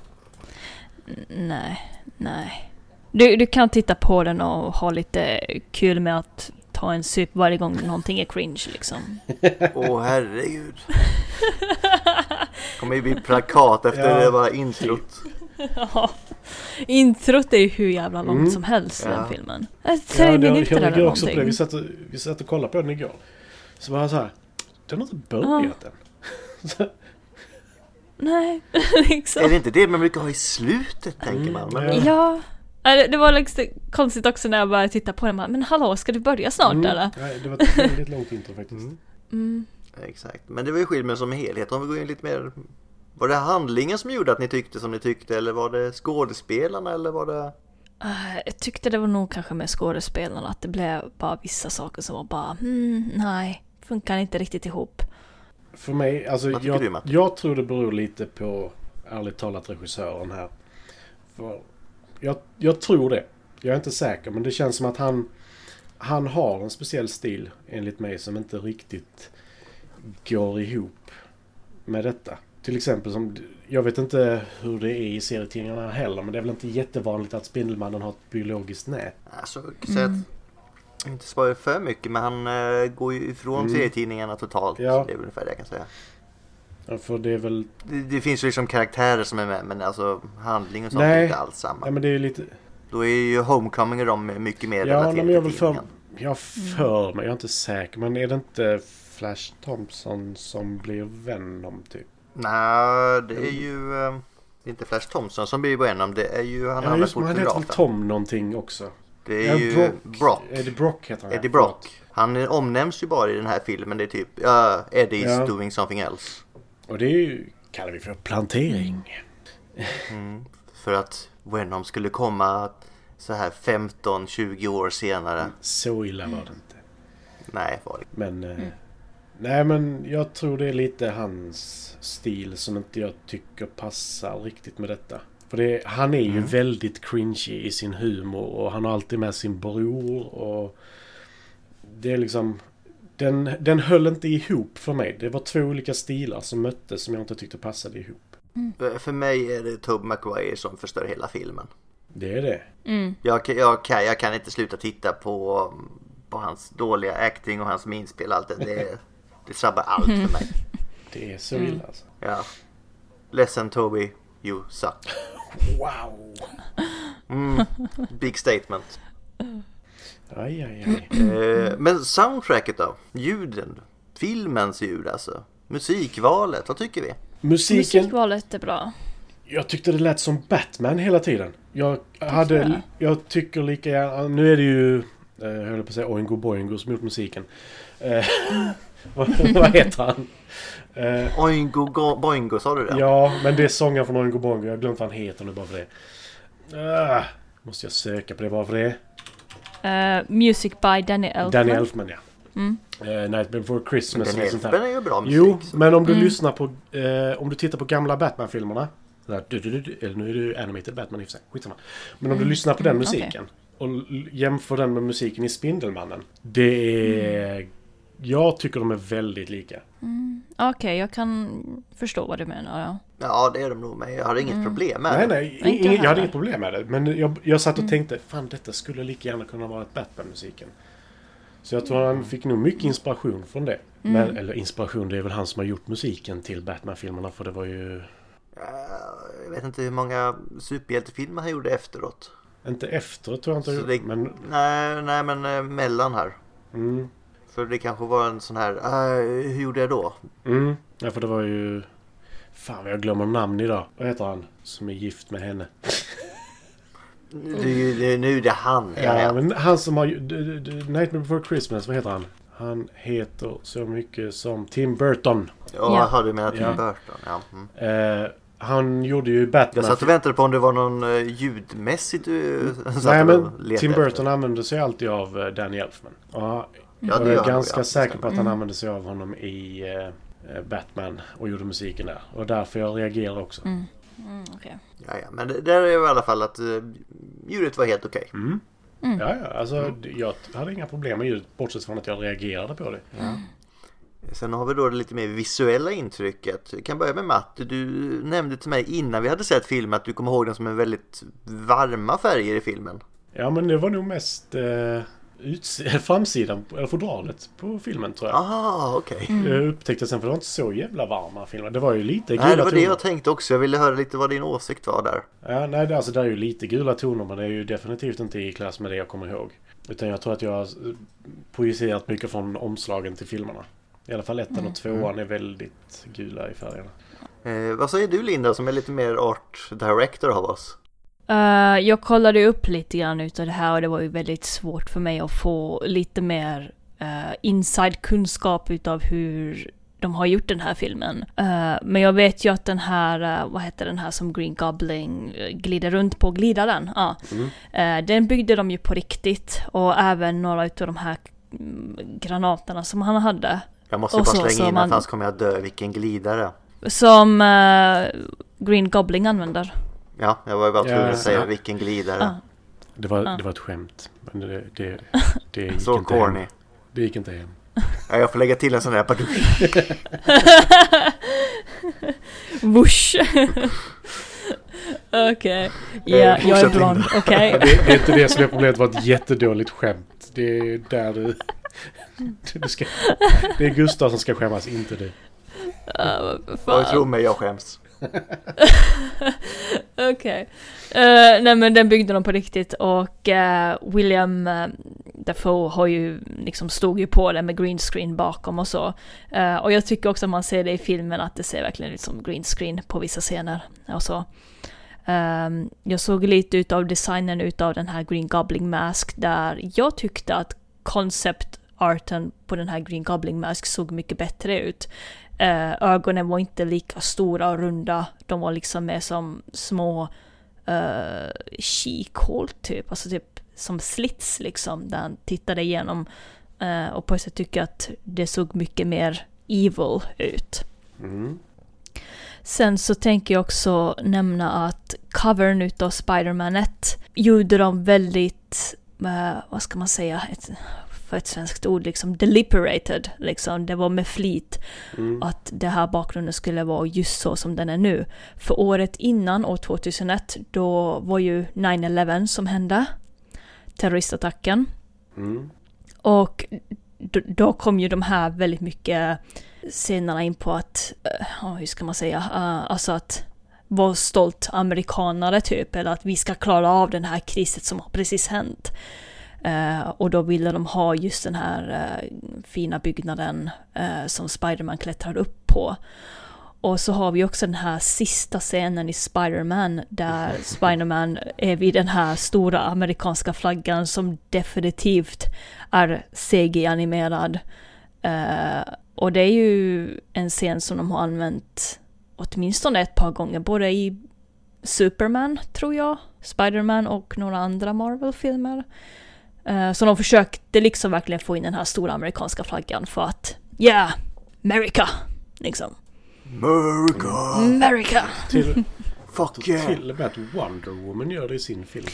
Nej. Du kan titta på den och ha lite kul med att ta en sup varje gång någonting är cringe liksom. Herregud. Kommer ju bli plakat efter det var introt. Ja. Introt är ju hur jävla långt som helst i den filmen. 3 minuter eller någonting. Också på det. Vi satt och kollade på den igår. Så var jag så här, den har inte börjat än. Nej, liksom. Är det inte det man brukar ha i slutet, tänker man? Ja. Det var liksom konstigt också när jag började titta på den. Men hallå, ska du börja snart eller? Nej, det var ett väldigt långt intro faktiskt. Exakt, men det var ju filmen som helhet. Om vi går in lite mer... Var det handlingen som gjorde att ni tyckte som ni tyckte? Eller var det skådespelarna? Eller var det... Jag tyckte det var nog kanske med skådespelarna. Att det blev bara vissa saker som var bara... nej, funkar inte riktigt ihop. För mig, alltså jag tror det beror lite på, ärligt talat, regissören här. För jag tror det. Jag är inte säker, men det känns som att han har en speciell stil, enligt mig, som inte riktigt går ihop med detta. Till exempel som, jag vet inte hur det är i serietidningarna heller, men det är väl inte jättevanligt att Spindelmannen har ett biologiskt nät. Alltså, inte spoila för mycket, men han går ju ifrån serietidningarna totalt. Ja. Det är ungefär det jag kan säga. Ja, för det är väl... Det finns ju liksom karaktärer som är med, men alltså handling och sånt är inte alls samma. Ja, men det är lite... Då är ju Homecoming och de mycket mer relaterade men jag vill till tidningen. Jag för mig, jag är inte säker, men är det inte Flash Thompson som blir Venom typ? Nej, det är ju det är inte Flash Thompson som blir Venom, det är ju han med fotografen. Han heter väl Tom någonting också. Det är ju Brock. Eddie Brock heter han. Eddie Brock. Han omnämns ju bara i den här filmen, det är typ Eddie's doing something else. Och det är ju, kallar vi för plantering. För att Venom skulle komma så här 15-20 år senare. Så illa var det inte. Nej, var det. Men nej, men jag tror det är lite hans stil som inte jag tycker passar riktigt med detta. För han är ju väldigt cringy i sin humor och han har alltid med sin bror och det är liksom den höll inte ihop för mig. Det var två olika stilar som möttes som jag inte tyckte passade ihop. För mig är det Tobey Maguire som förstör hela filmen. Det är det. Jag kan inte sluta titta på hans dåliga acting och hans minspel. Allt det sabbar allt för mig. Det är så illa alltså. Ja. Ledsen Toby, you suck. Wow. Big statement. Aj. Men soundtracket då? Ljuden? Filmens ljud alltså? Musikvalet, vad tycker vi? Musikvalet är bra. Jag tyckte det lät som Batman hela tiden. Jag tycker lika gärna... Nu är det ju... jag höll på att säga Oingo Boingo som gjort musiken. Vad heter han? Oingo Boingo, sa du det? Ja, men det är sångaren från Oingo Boingo. Jag har glömt vad han heter nu bara för det. Måste jag söka på det bara för det. Music by Danny Elfman. Danny Elfman, ja. Night Before Christmas. Danny Elfman är ju bra musik. Jo, men om du lyssnar på... om du tittar på gamla Batman-filmerna... Eller nu är det ju animated Batman i och för sig. Skitsamma. Men om du lyssnar på den musiken och jämför den med musiken i Spindelmannen. Det är... Jag tycker de är väldigt lika. Okej, jag kan förstå vad du menar, ja. Ja, det är de nog med. Jag har inget problem med det. Nej, jag hade inget problem med det. Men jag satt och tänkte, fan detta skulle lika gärna kunna vara ett Batman-musiken. Så jag tror han fick nog mycket inspiration från det. Eller inspiration, det är väl han som har gjort musiken till Batman-filmerna, för det var ju... Jag vet inte hur många superhjältefilmer han gjorde efteråt. Inte efteråt tror jag inte det, men... Nej, men mellan här. För det kanske var en sån här... hur gjorde jag då? Ja, för det var ju... Fan, jag glömmer namn idag. Vad heter han som är gift med henne? Nu är det han. Ja, men han som har... Nightmare Before Christmas, vad heter han? Han heter så mycket som Tim Burton. Ja, du menar Tim Burton? Ja. Han gjorde ju Batman. Jag satt och väntade på om det var någon ljudmässigt du nej, men Tim Burton använde sig alltid av Danny Elfman. Jag är ganska säker på att han använde sig av honom i Batman och gjorde musiken där. Och därför jag reagerar också. Okay. Ja, men det där är i alla fall att ljudet var helt okej. Ja, alltså jag hade inga problem med ljudet, bortsett från att jag reagerade på det. Sen har vi då det lite mer visuella intrycket. Vi kan börja med Matt. Du nämnde till mig innan vi hade sett filmen att du kommer ihåg den som en väldigt varma färger i filmen. Ja, men det var nog mest framsidan, eller fodralet på filmen, tror jag. Okej. Jag upptäckte sen, för det var inte så jävla varma filmer. Det var ju lite gula toner. Nej, det var toner. det jag tänkte också. Jag ville höra lite vad din åsikt var där. Ja, nej, alltså det är ju lite gula toner, men det är ju definitivt inte i klass med det jag kommer ihåg. Utan jag tror att jag har projicerat mycket från omslagen till filmerna. I alla fall 1 och 2 är väldigt gula i färgerna. Vad säger du, Linda, som är lite mer art director av oss? Jag kollade upp lite grann utav det här och det var ju väldigt svårt för mig att få lite mer inside-kunskap utav hur de har gjort den här filmen. Men jag vet ju att den här, vad heter den här som Green Goblin glider runt på, glidaren? Den byggde de ju på riktigt, och även några utav de här granaterna som han hade. Jag måste bara slänga in att han kommer att dö. Vilken glidare. Som Green Goblin använder. Ja, jag var bara tvungen att säga vilken glidare. Det var ett skämt. Men det gick så inte corny. Hem. Det gick inte hem. Ja, jag får lägga till en sån där Whoosh. Okej. Ja, jag är blond. Okej. Det är inte det som är problemet. Det var ett jättedåligt skämt. Det är där du ska... Det är Gustav som ska skämmas, inte du. Jag tror mig, jag skäms. Okej. Nej, men den byggde de på riktigt, och William Dafoe har ju liksom stod ju på det med green screen bakom och så. Och jag tycker också att man ser det i filmen, att det ser verkligen ut som green screen på vissa scener och så. Jag såg lite utav designen utav den här Green Goblin Mask, där jag tyckte att concept-arten på den här Green Goblin Mask såg mycket bättre ut. Ögonen var inte lika stora och runda, de var liksom mer som små kikhål typ, alltså typ som slits liksom, där han tittade igenom, och på ett sätt tycker jag att det såg mycket mer evil ut. Sen så tänker jag också nämna att covern utav Spider-Man 1 gjorde de väldigt, vad ska man säga, för ett svenskt ord, liksom deliberated, liksom. Det var med flit att det här bakgrunden skulle vara just så som den är nu. För året innan, år 2001, då var ju 9/11 som hände, terroristattacken. Och då kom ju de här väldigt mycket scenerna in på att, hur ska man säga, alltså att vara stolt amerikanare typ, eller att vi ska klara av den här kriset som har precis hänt. Och då ville de ha just den här fina byggnaden som Spider-Man klättrar upp på. Och så har vi också den här sista scenen i Spider-Man, där Spider-Man är vid den här stora amerikanska flaggan som definitivt är CG-animerad. Och det är ju en scen som de har använt åtminstone ett par gånger, både i Superman, tror jag, Spider-Man och några andra Marvel-filmer. Så de försökte liksom verkligen få in den här stora amerikanska flaggan för att, America, liksom. America! Fuck yeah! Till och med att Wonder Woman gör det i sin film.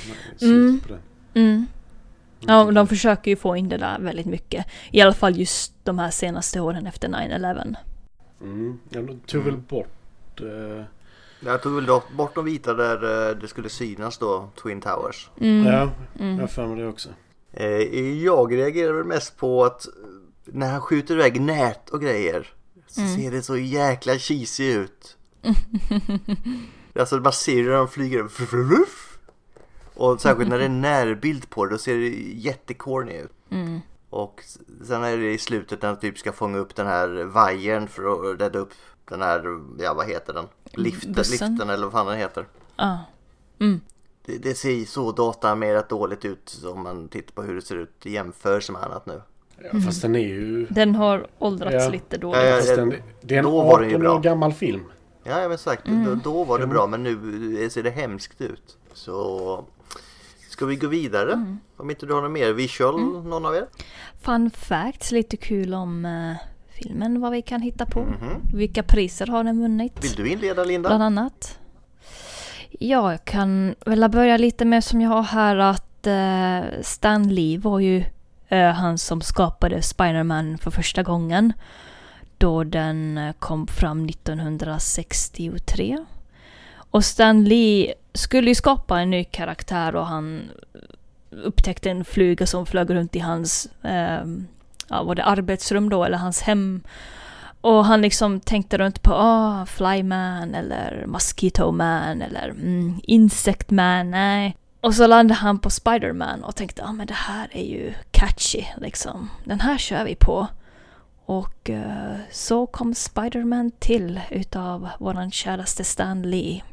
Ja, de försöker ju få in det där väldigt mycket. I alla fall just de här senaste åren efter 9/11. Ja, de tog väl bort... Jag tog väl bort de vita där det skulle synas då, Twin Towers. Ja, jag får med det också. Jag reagerar väl mest på att när han skjuter iväg nät och grejer så ser det så jäkla cheesy ut. Alltså man ser hur de flyger och särskilt när det är närbild på det, då ser det jättecorny ut. Och sen är det i slutet när han typ ska fånga upp den här vajern för att rädda upp den här, vad heter den? Liften eller vad fan den heter. Det ser så datanimerat dåligt ut om man tittar på hur det ser ut i jämförelse med annat nu. Ja, fast den är ju... Den har åldrats lite dåligt. Det är en 18 år gammal film. Ja, men sagt. Då var det bra, men nu ser det hemskt ut. Så ska vi gå vidare? Om inte du har något mer visual, någon av er? Fun facts, lite kul om filmen, vad vi kan hitta på. Vilka priser har den vunnit? Vill du inleda, Linda? Bland annat. Ja, jag kan väl börja lite med som jag har här, att Stan Lee var ju han som skapade Spider-Man för första gången, då den kom fram 1963. Och Stan Lee skulle ju skapa en ny karaktär, och han upptäckte en fluga som flög runt i hans var det arbetsrum då, eller hans hem. Och han liksom tänkte runt på Flyman eller Mosquito Man eller Insect Man, nej. Och så landade han på Spider-Man och tänkte, men det här är ju catchy liksom. Den här kör vi på. Och så kom Spider-Man till utav våran käraste Stan Lee.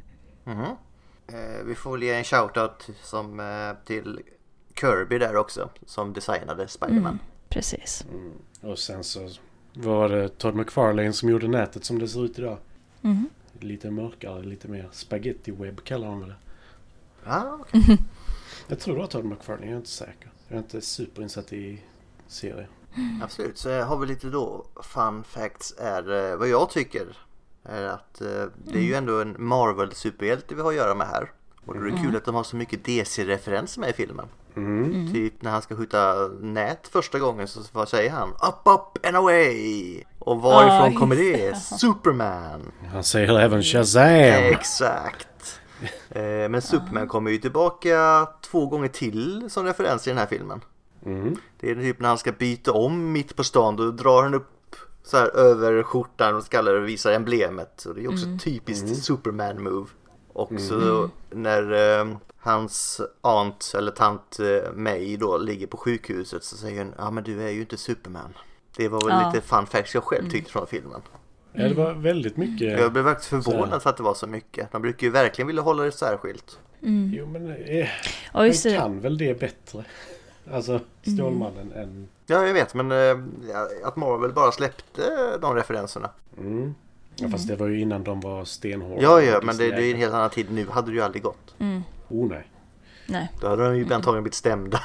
Vi får väl ge en shoutout som till Kirby där också, som designade Spider-Man. Precis. Och sen så var det Todd McFarlane som gjorde nätet som det ser ut idag. Lite mörkare, lite mer spaghetti web kallar de det. Okay. Jag tror det var Todd McFarlane, jag är inte säker. Jag är inte superinsatt i serien. Absolut, så har vi lite då fun facts är vad jag tycker är att det är ju ändå en Marvel-superhjälte vi har att göra med här. Och det är kul att de har så mycket DC-referenser med i filmen. Typ när han ska skjuta nät första gången så vad säger han? Up and away! Och varifrån kommer det? Superman! Han säger även Shazam! Exakt! Men Superman kommer ju tillbaka 2 gånger till som referens i den här filmen. Det är typ när han ska byta om mitt på stan. Då drar han upp så här över skjortan och skallar och visar emblemet. Och det är också typiskt Superman-move. Och så när hans aunt eller tant May då ligger på sjukhuset så säger hon, ja men du är ju inte Superman. Det var väl lite fun facts jag själv tyckte från filmen. Ja, det var väldigt mycket. Jag blev verkligen förvånad för att det var så mycket. De brukar ju verkligen vilja hålla det särskilt. Jo, men han kan väl det bättre. Alltså, Stålmannen än... Ja, jag vet, men att Marvel bara släppte de referenserna. Ja, fast det var ju innan de var stenhårda. Ja, men det är en helt annan tid. Nu hade det ju aldrig gått. Nej. Då hade de ju antagligen blivit stämda.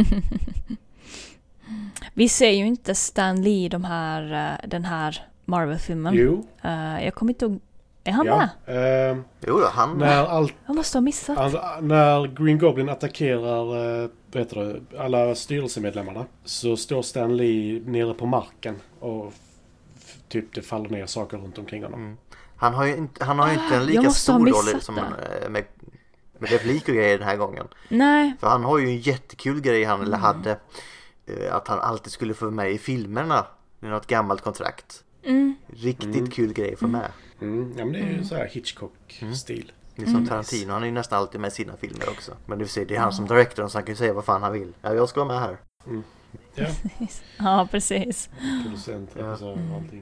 Vi ser ju inte Stan Lee i den här Marvel-filmen. Jo. Jag kommer inte ihåg. Är han med? Jo då, han... Jag måste ha missat. När Green Goblin attackerar alla styrelsemedlemmarna så står Stan Lee nere på marken och typ det faller ner saker runt omkring honom. Han har ju inte en lika stor roll som med replik och grejer den här gången. Nej. För han har ju en jättekul grej eller hade att han alltid skulle få med i filmerna. Det är något gammalt kontrakt. Riktigt kul grej för med. Ja, men det är ju så här Hitchcock-stil. Det är som Tarantino, han är ju nästan alltid med i sina filmer också. Men du ser, det är han som director så han kan ju säga vad fan han vill. Ja, jag ska vara med här. Ja. Ja, precis. Producent, regissör och allting.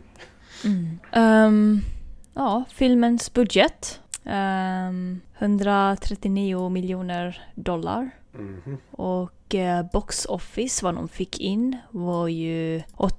Filmens budget. 139 miljoner dollar. Och box office, vad de fick in, var ju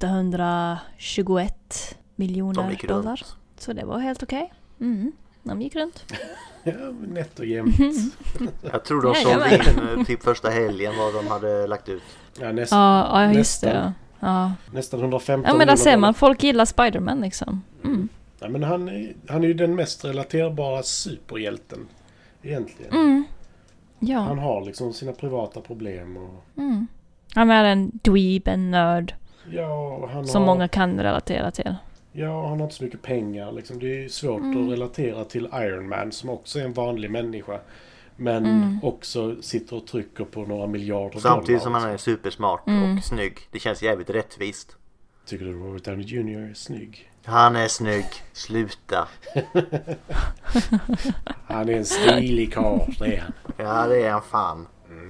821 miljoner dollar. Så det var helt okej. De gick runt. Ja, nätt och jämnt. Jag tror de sålde in typ första helgen vad de hade lagt ut. Ja, just det. Ja. Nästan 115 ja, men där ser man, folk gillar Spider-Man liksom. Ja, men han är ju den mest relaterbara superhjälten egentligen. Ja. Han har liksom sina privata problem. Han är en dweeb, en nörd. Ja, som många kan relatera till. Ja, han har inte så mycket pengar. Liksom. Det är svårt att relatera till Iron Man som också är en vanlig människa. Men också sitter och trycker på några miljarder samtidigt dollar. Som han är supersmart och snygg. Det känns jävligt rättvist. Tycker du Robert Downey Jr. är snygg? Han är snygg. Sluta. Han är en stilig karl, det är han. Ja, det är han fan.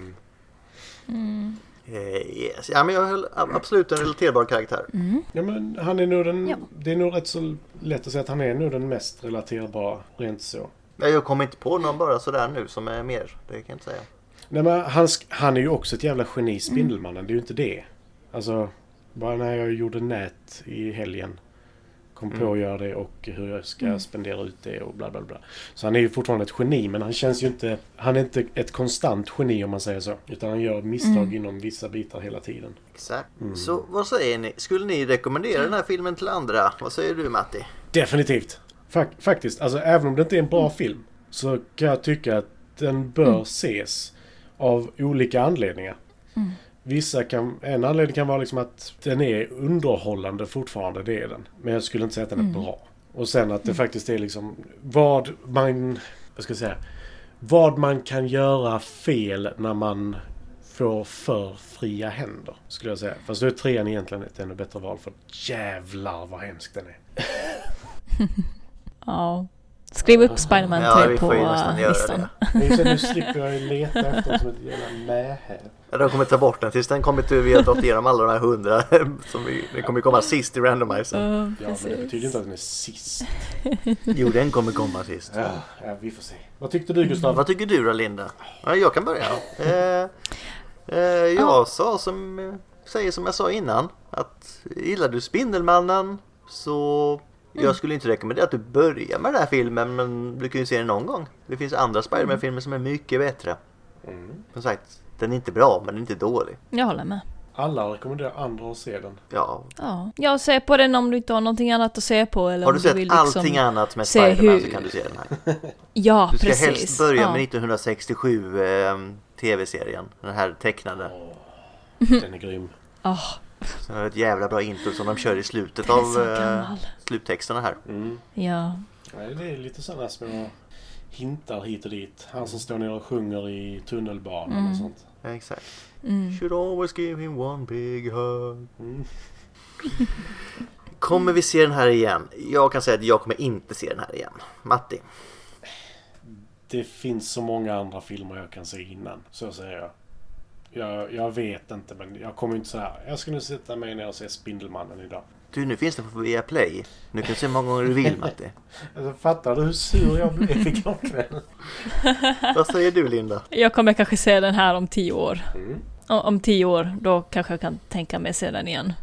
Yes. Ja, men jag har absolut en relaterbar karaktär. Ja, men han är nog det är nog rätt så lätt att säga att han är nog den mest relaterbara, rent så. Jag kommer inte på någon bara sådär nu som är mer, det kan jag inte säga. Nej, men han är ju också ett jävla geni, Spindelmannen, det är ju inte det. Alltså, bara när jag gjorde nät i helgen kom på att göra det och hur jag ska spendera ut det och bla bla bla. Så han är ju fortfarande ett geni, men han känns ju inte, han är inte ett konstant geni om man säger så, utan han gör misstag inom vissa bitar hela tiden. Exakt. Så vad säger ni? Skulle ni rekommendera den här filmen till andra? Vad säger du, Matti? Definitivt. Faktiskt, alltså även om det inte är en bra film så kan jag tycka att den bör ses av olika anledningar. En anledning kan vara liksom att den är underhållande fortfarande, det är den. Men jag skulle inte säga att den är bra. Och sen att det faktiskt är liksom vad man kan göra fel när man får för fria händer, skulle jag säga. Fast då är 3 egentligen ett ännu bättre val, för jävlar vad hemskt den är. Ja. Skriv upp Spider-Man 3 på listan. Nu slipper jag leta efter som ett jävla mähä. De kommer ta bort den tills den kommer till vi har tagit igenom alla de här 100 den kommer komma sist i randomizer. Ja, men det betyder inte att den är sist. Jo, den kommer komma sist. Ja, vi får se. Vad tyckte du, Gustav? Vad tycker du då, Linda? Ja, jag kan börja. Jag säger som jag sa innan, att gillar du Spindelmannen så jag skulle inte rekommendera att du börjar med den här filmen, men du kan ju se den någon gång. Det finns andra Spider-Man-filmer som är mycket bättre. Som sagt, den är inte bra, men den är inte dålig. Jag håller med. Alla rekommenderar andra att se den. Ja. Jag ser på den om du inte har någonting annat att se på. Eller har du om sett du vill allting annat med Spider-Man så kan du se den här. Ja, precis. Du ska precis. helst börja med 1967 tv-serien. Den här tecknade. Den är grym. Så det är ett jävla bra intro som de kör i slutet av sluttexterna här. Ja. Nej, det är lite sådana små hintar hit och dit. Han som står ner och sjunger i tunnelbanan och sånt. Ja, exakt. Should always give him one big hug. Kommer vi se den här igen? Jag kan säga att jag kommer inte se den här igen. Matti? Det finns så många andra filmer jag kan se innan, så säger jag. Jag vet inte, men jag kommer inte så här. Jag ska nu sätta mig ner och se Spindelmannen idag. Du, nu finns det på Viaplay. Nu kan du se hur många gånger du vill, Matti. Alltså, fattar du hur sur jag blev igår kväll? Vad säger du, Linda? Jag kommer kanske se den här om 10 år. Om 10 år, då kanske jag kan tänka mig se den igen.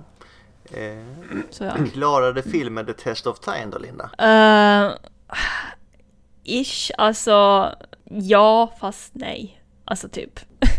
Så ja. Klarade filmen The Test of Time då, Linda? Ish, alltså ja, fast nej. Alltså typ.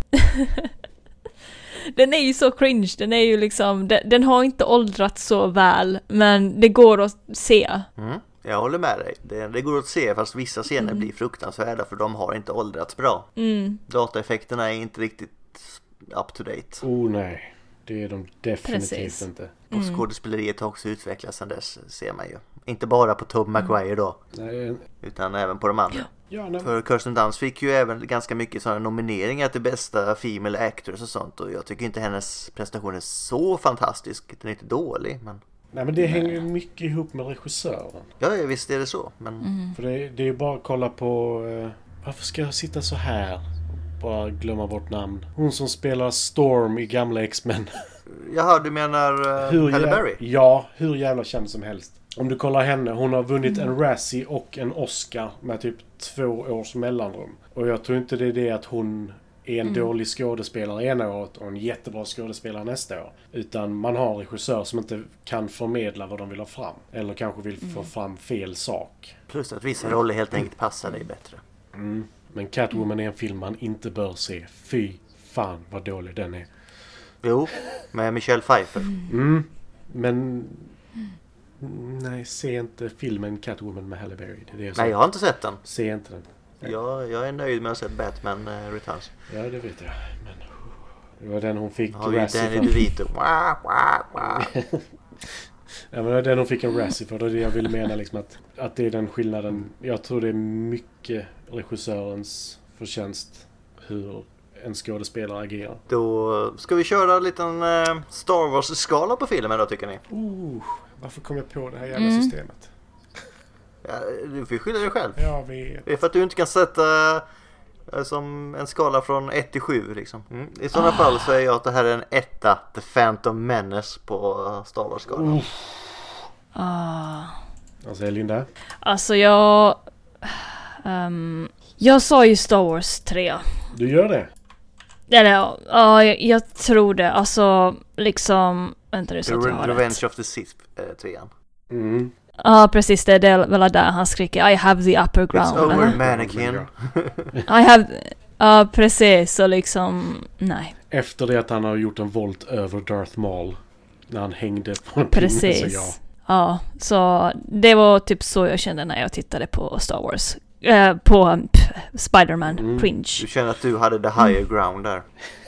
Den är ju så cringe, den är ju liksom, den har inte åldrats så väl, men det går att se. Jag håller med dig. Det går att se, fast vissa scener blir fruktansvärda för de har inte åldrats bra. Dataeffekterna är inte riktigt up to date. Nej, det är de definitivt inte. Och skådespeleriet har också utvecklats sedan dess, ser man ju. Inte bara på Tobey Maguire då, utan även på de andra. För Kirsten Dunst fick ju även ganska mycket sådana nomineringar till bästa female actors och sånt. Och jag tycker inte hennes prestation är så fantastisk. Den är inte dålig, men... Nej, men det hänger ju mycket ihop med regissören. Ja, visst är det så. Men... För det är ju bara att kolla på... varför ska jag sitta så här och bara glömma bort namn? Hon som spelar Storm i gamla X-Men. Jaha, du menar Halle Berry? Ja, hur jävla känd som helst. Om du kollar henne, hon har vunnit en Razzie och en Oscar med typ 2 års mellanrum. Och jag tror inte det är det att hon är en dålig skådespelare ena året och en jättebra skådespelare nästa år. Utan man har en regissör som inte kan förmedla vad de vill ha fram. Eller kanske vill få fram fel sak. Plus att vissa roller helt enkelt passar dig bättre. Men Catwoman är en film man inte bör se. Fy fan vad dålig den är. Jo, med Michelle Pfeiffer. Men... Nej, se inte filmen Catwoman med Halle Berry. Det är det Nej, jag har inte sett den. Se inte den. Jag är nöjd med att ha sett Batman Returns. Ja, det vet jag. Men det var den hon fick Razzie för. Ja, men det var den hon fick en Razzie för. Det är det jag ville mena liksom att det är den skillnaden. Jag tror det är mycket regissörens förtjänst hur en skådespelare agerar. Då ska vi köra en liten Star Wars-skala på filmen då, tycker ni? Varför kom jag på det här jävla systemet? Ja, du får skylla dig själv. Jag vet. Det är för att du inte kan sätta som en skala från 1 till 7 liksom. I sådana fall så är jag att det här är en 1, The Phantom Menace på Star Wars-skalan. Vad säger Linda? Alltså jag sa ju Star Wars 3. Du gör det? Eller ja, jag tror det. Alltså liksom, vänta du så att jag har Revenge rätt. of the Sith 3an. Ja, precis, det är väl där han skriker I have the upper ground. It's over, mannequin. I have... Ja, precis, så liksom, nej. Efter det att han har gjort en volt över Darth Maul när han hängde på en precis. pinne, så ja. Ja, så det var typ så jag kände när jag tittade på Star Wars. På Spider-Man, cringe. Du känner att du hade the higher ground där.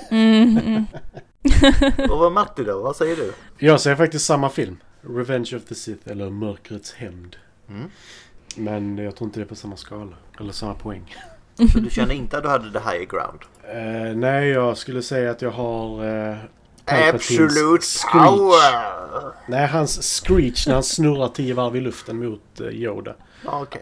Och vad Matti då? Vad säger du? Jag säger faktiskt samma film. Revenge of the Sith eller Mörkrets hämnd. Men jag tror inte det är på samma skala. Eller samma poäng. Så du känner inte att du hade the higher ground? Nej, jag skulle säga att jag har... Absolute power! Nej, hans screech när han snurrar 10 varv i luften mot Yoda. Okej.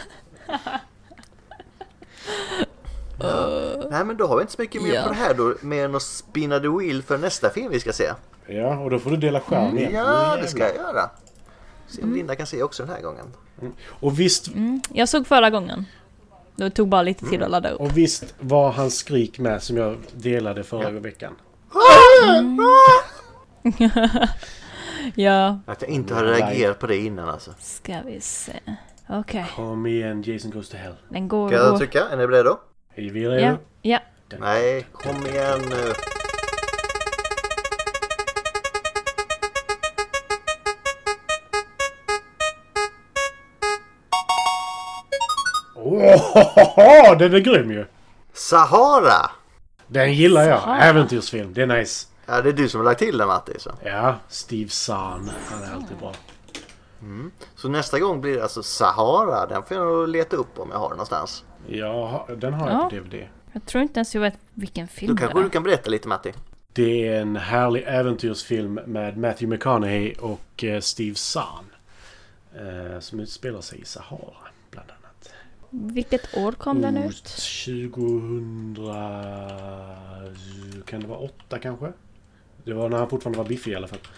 Nej, men då har vi inte så mycket mer på det här då. Mer än att spinna the wheel för nästa film vi ska se. Ja, och då får du dela skärm igen. Ja, det ska jag göra. Se om Linda kan se också den här gången. Och visst... Jag såg förra gången. Det tog bara lite tid att ladda upp. Och visst var hans skrik med som jag delade förra veckan. Ja. Att jag inte har reagerat på det innan alltså. Ska vi se. Okej. Kom igen, Jason Goes to Hell. Den går. Ska jag trycka? Är ni beredda? Är vi redo? Ja. Nej, kom igen nu. Den är grym ju. Sahara. Den gillar jag. Äventyrsfilm. Det är nice. Ja, det är du som har lagt till den, Matti. Så. Ja, Steve Zahn. Han är alltid bra. Så nästa gång blir det alltså Sahara. Den får jag nog leta upp om jag har den någonstans. Ja, den har jag på DVD. Jag tror inte ens jag vet vilken film det är. Då kanske du kan berätta lite, Matti. Det är en härlig äventyrsfilm med Matthew McConaughey och Steve Zahn. Som utspelar sig i Sahara, bland annat. Vilket år kom den ut? 2000... Kan det vara 8 kanske? Det var när han fortfarande var biffig i alla fall.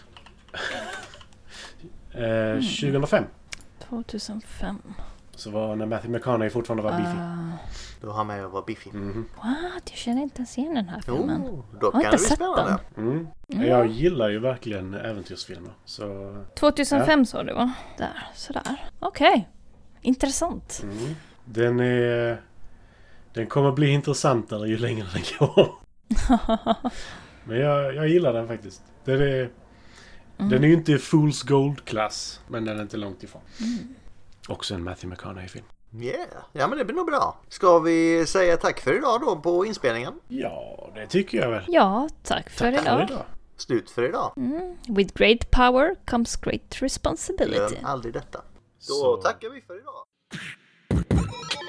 2005. 2005. Så var när Matthew McConaughey fortfarande var biffig. Då har man ju varit biffig. What? Jag känner inte ens igen den här filmen. Då kan det bli spännande. Jag gillar ju verkligen äventyrsfilmer. Så... 2005 sa du, va? Där, sådär. Okej. Intressant. Den kommer bli intressantare ju längre den går. Men jag gillar den faktiskt. Den är ju inte Fool's Gold-klass, men den är inte långt ifrån. Också en Matthew McConaughey-film. Ja, men det blir nog bra. Ska vi säga tack för idag då på inspelningen? Ja, det tycker jag väl. Ja, tack för idag. Slut för idag. With great power comes great responsibility. Glöm aldrig detta. Då tackar vi för idag.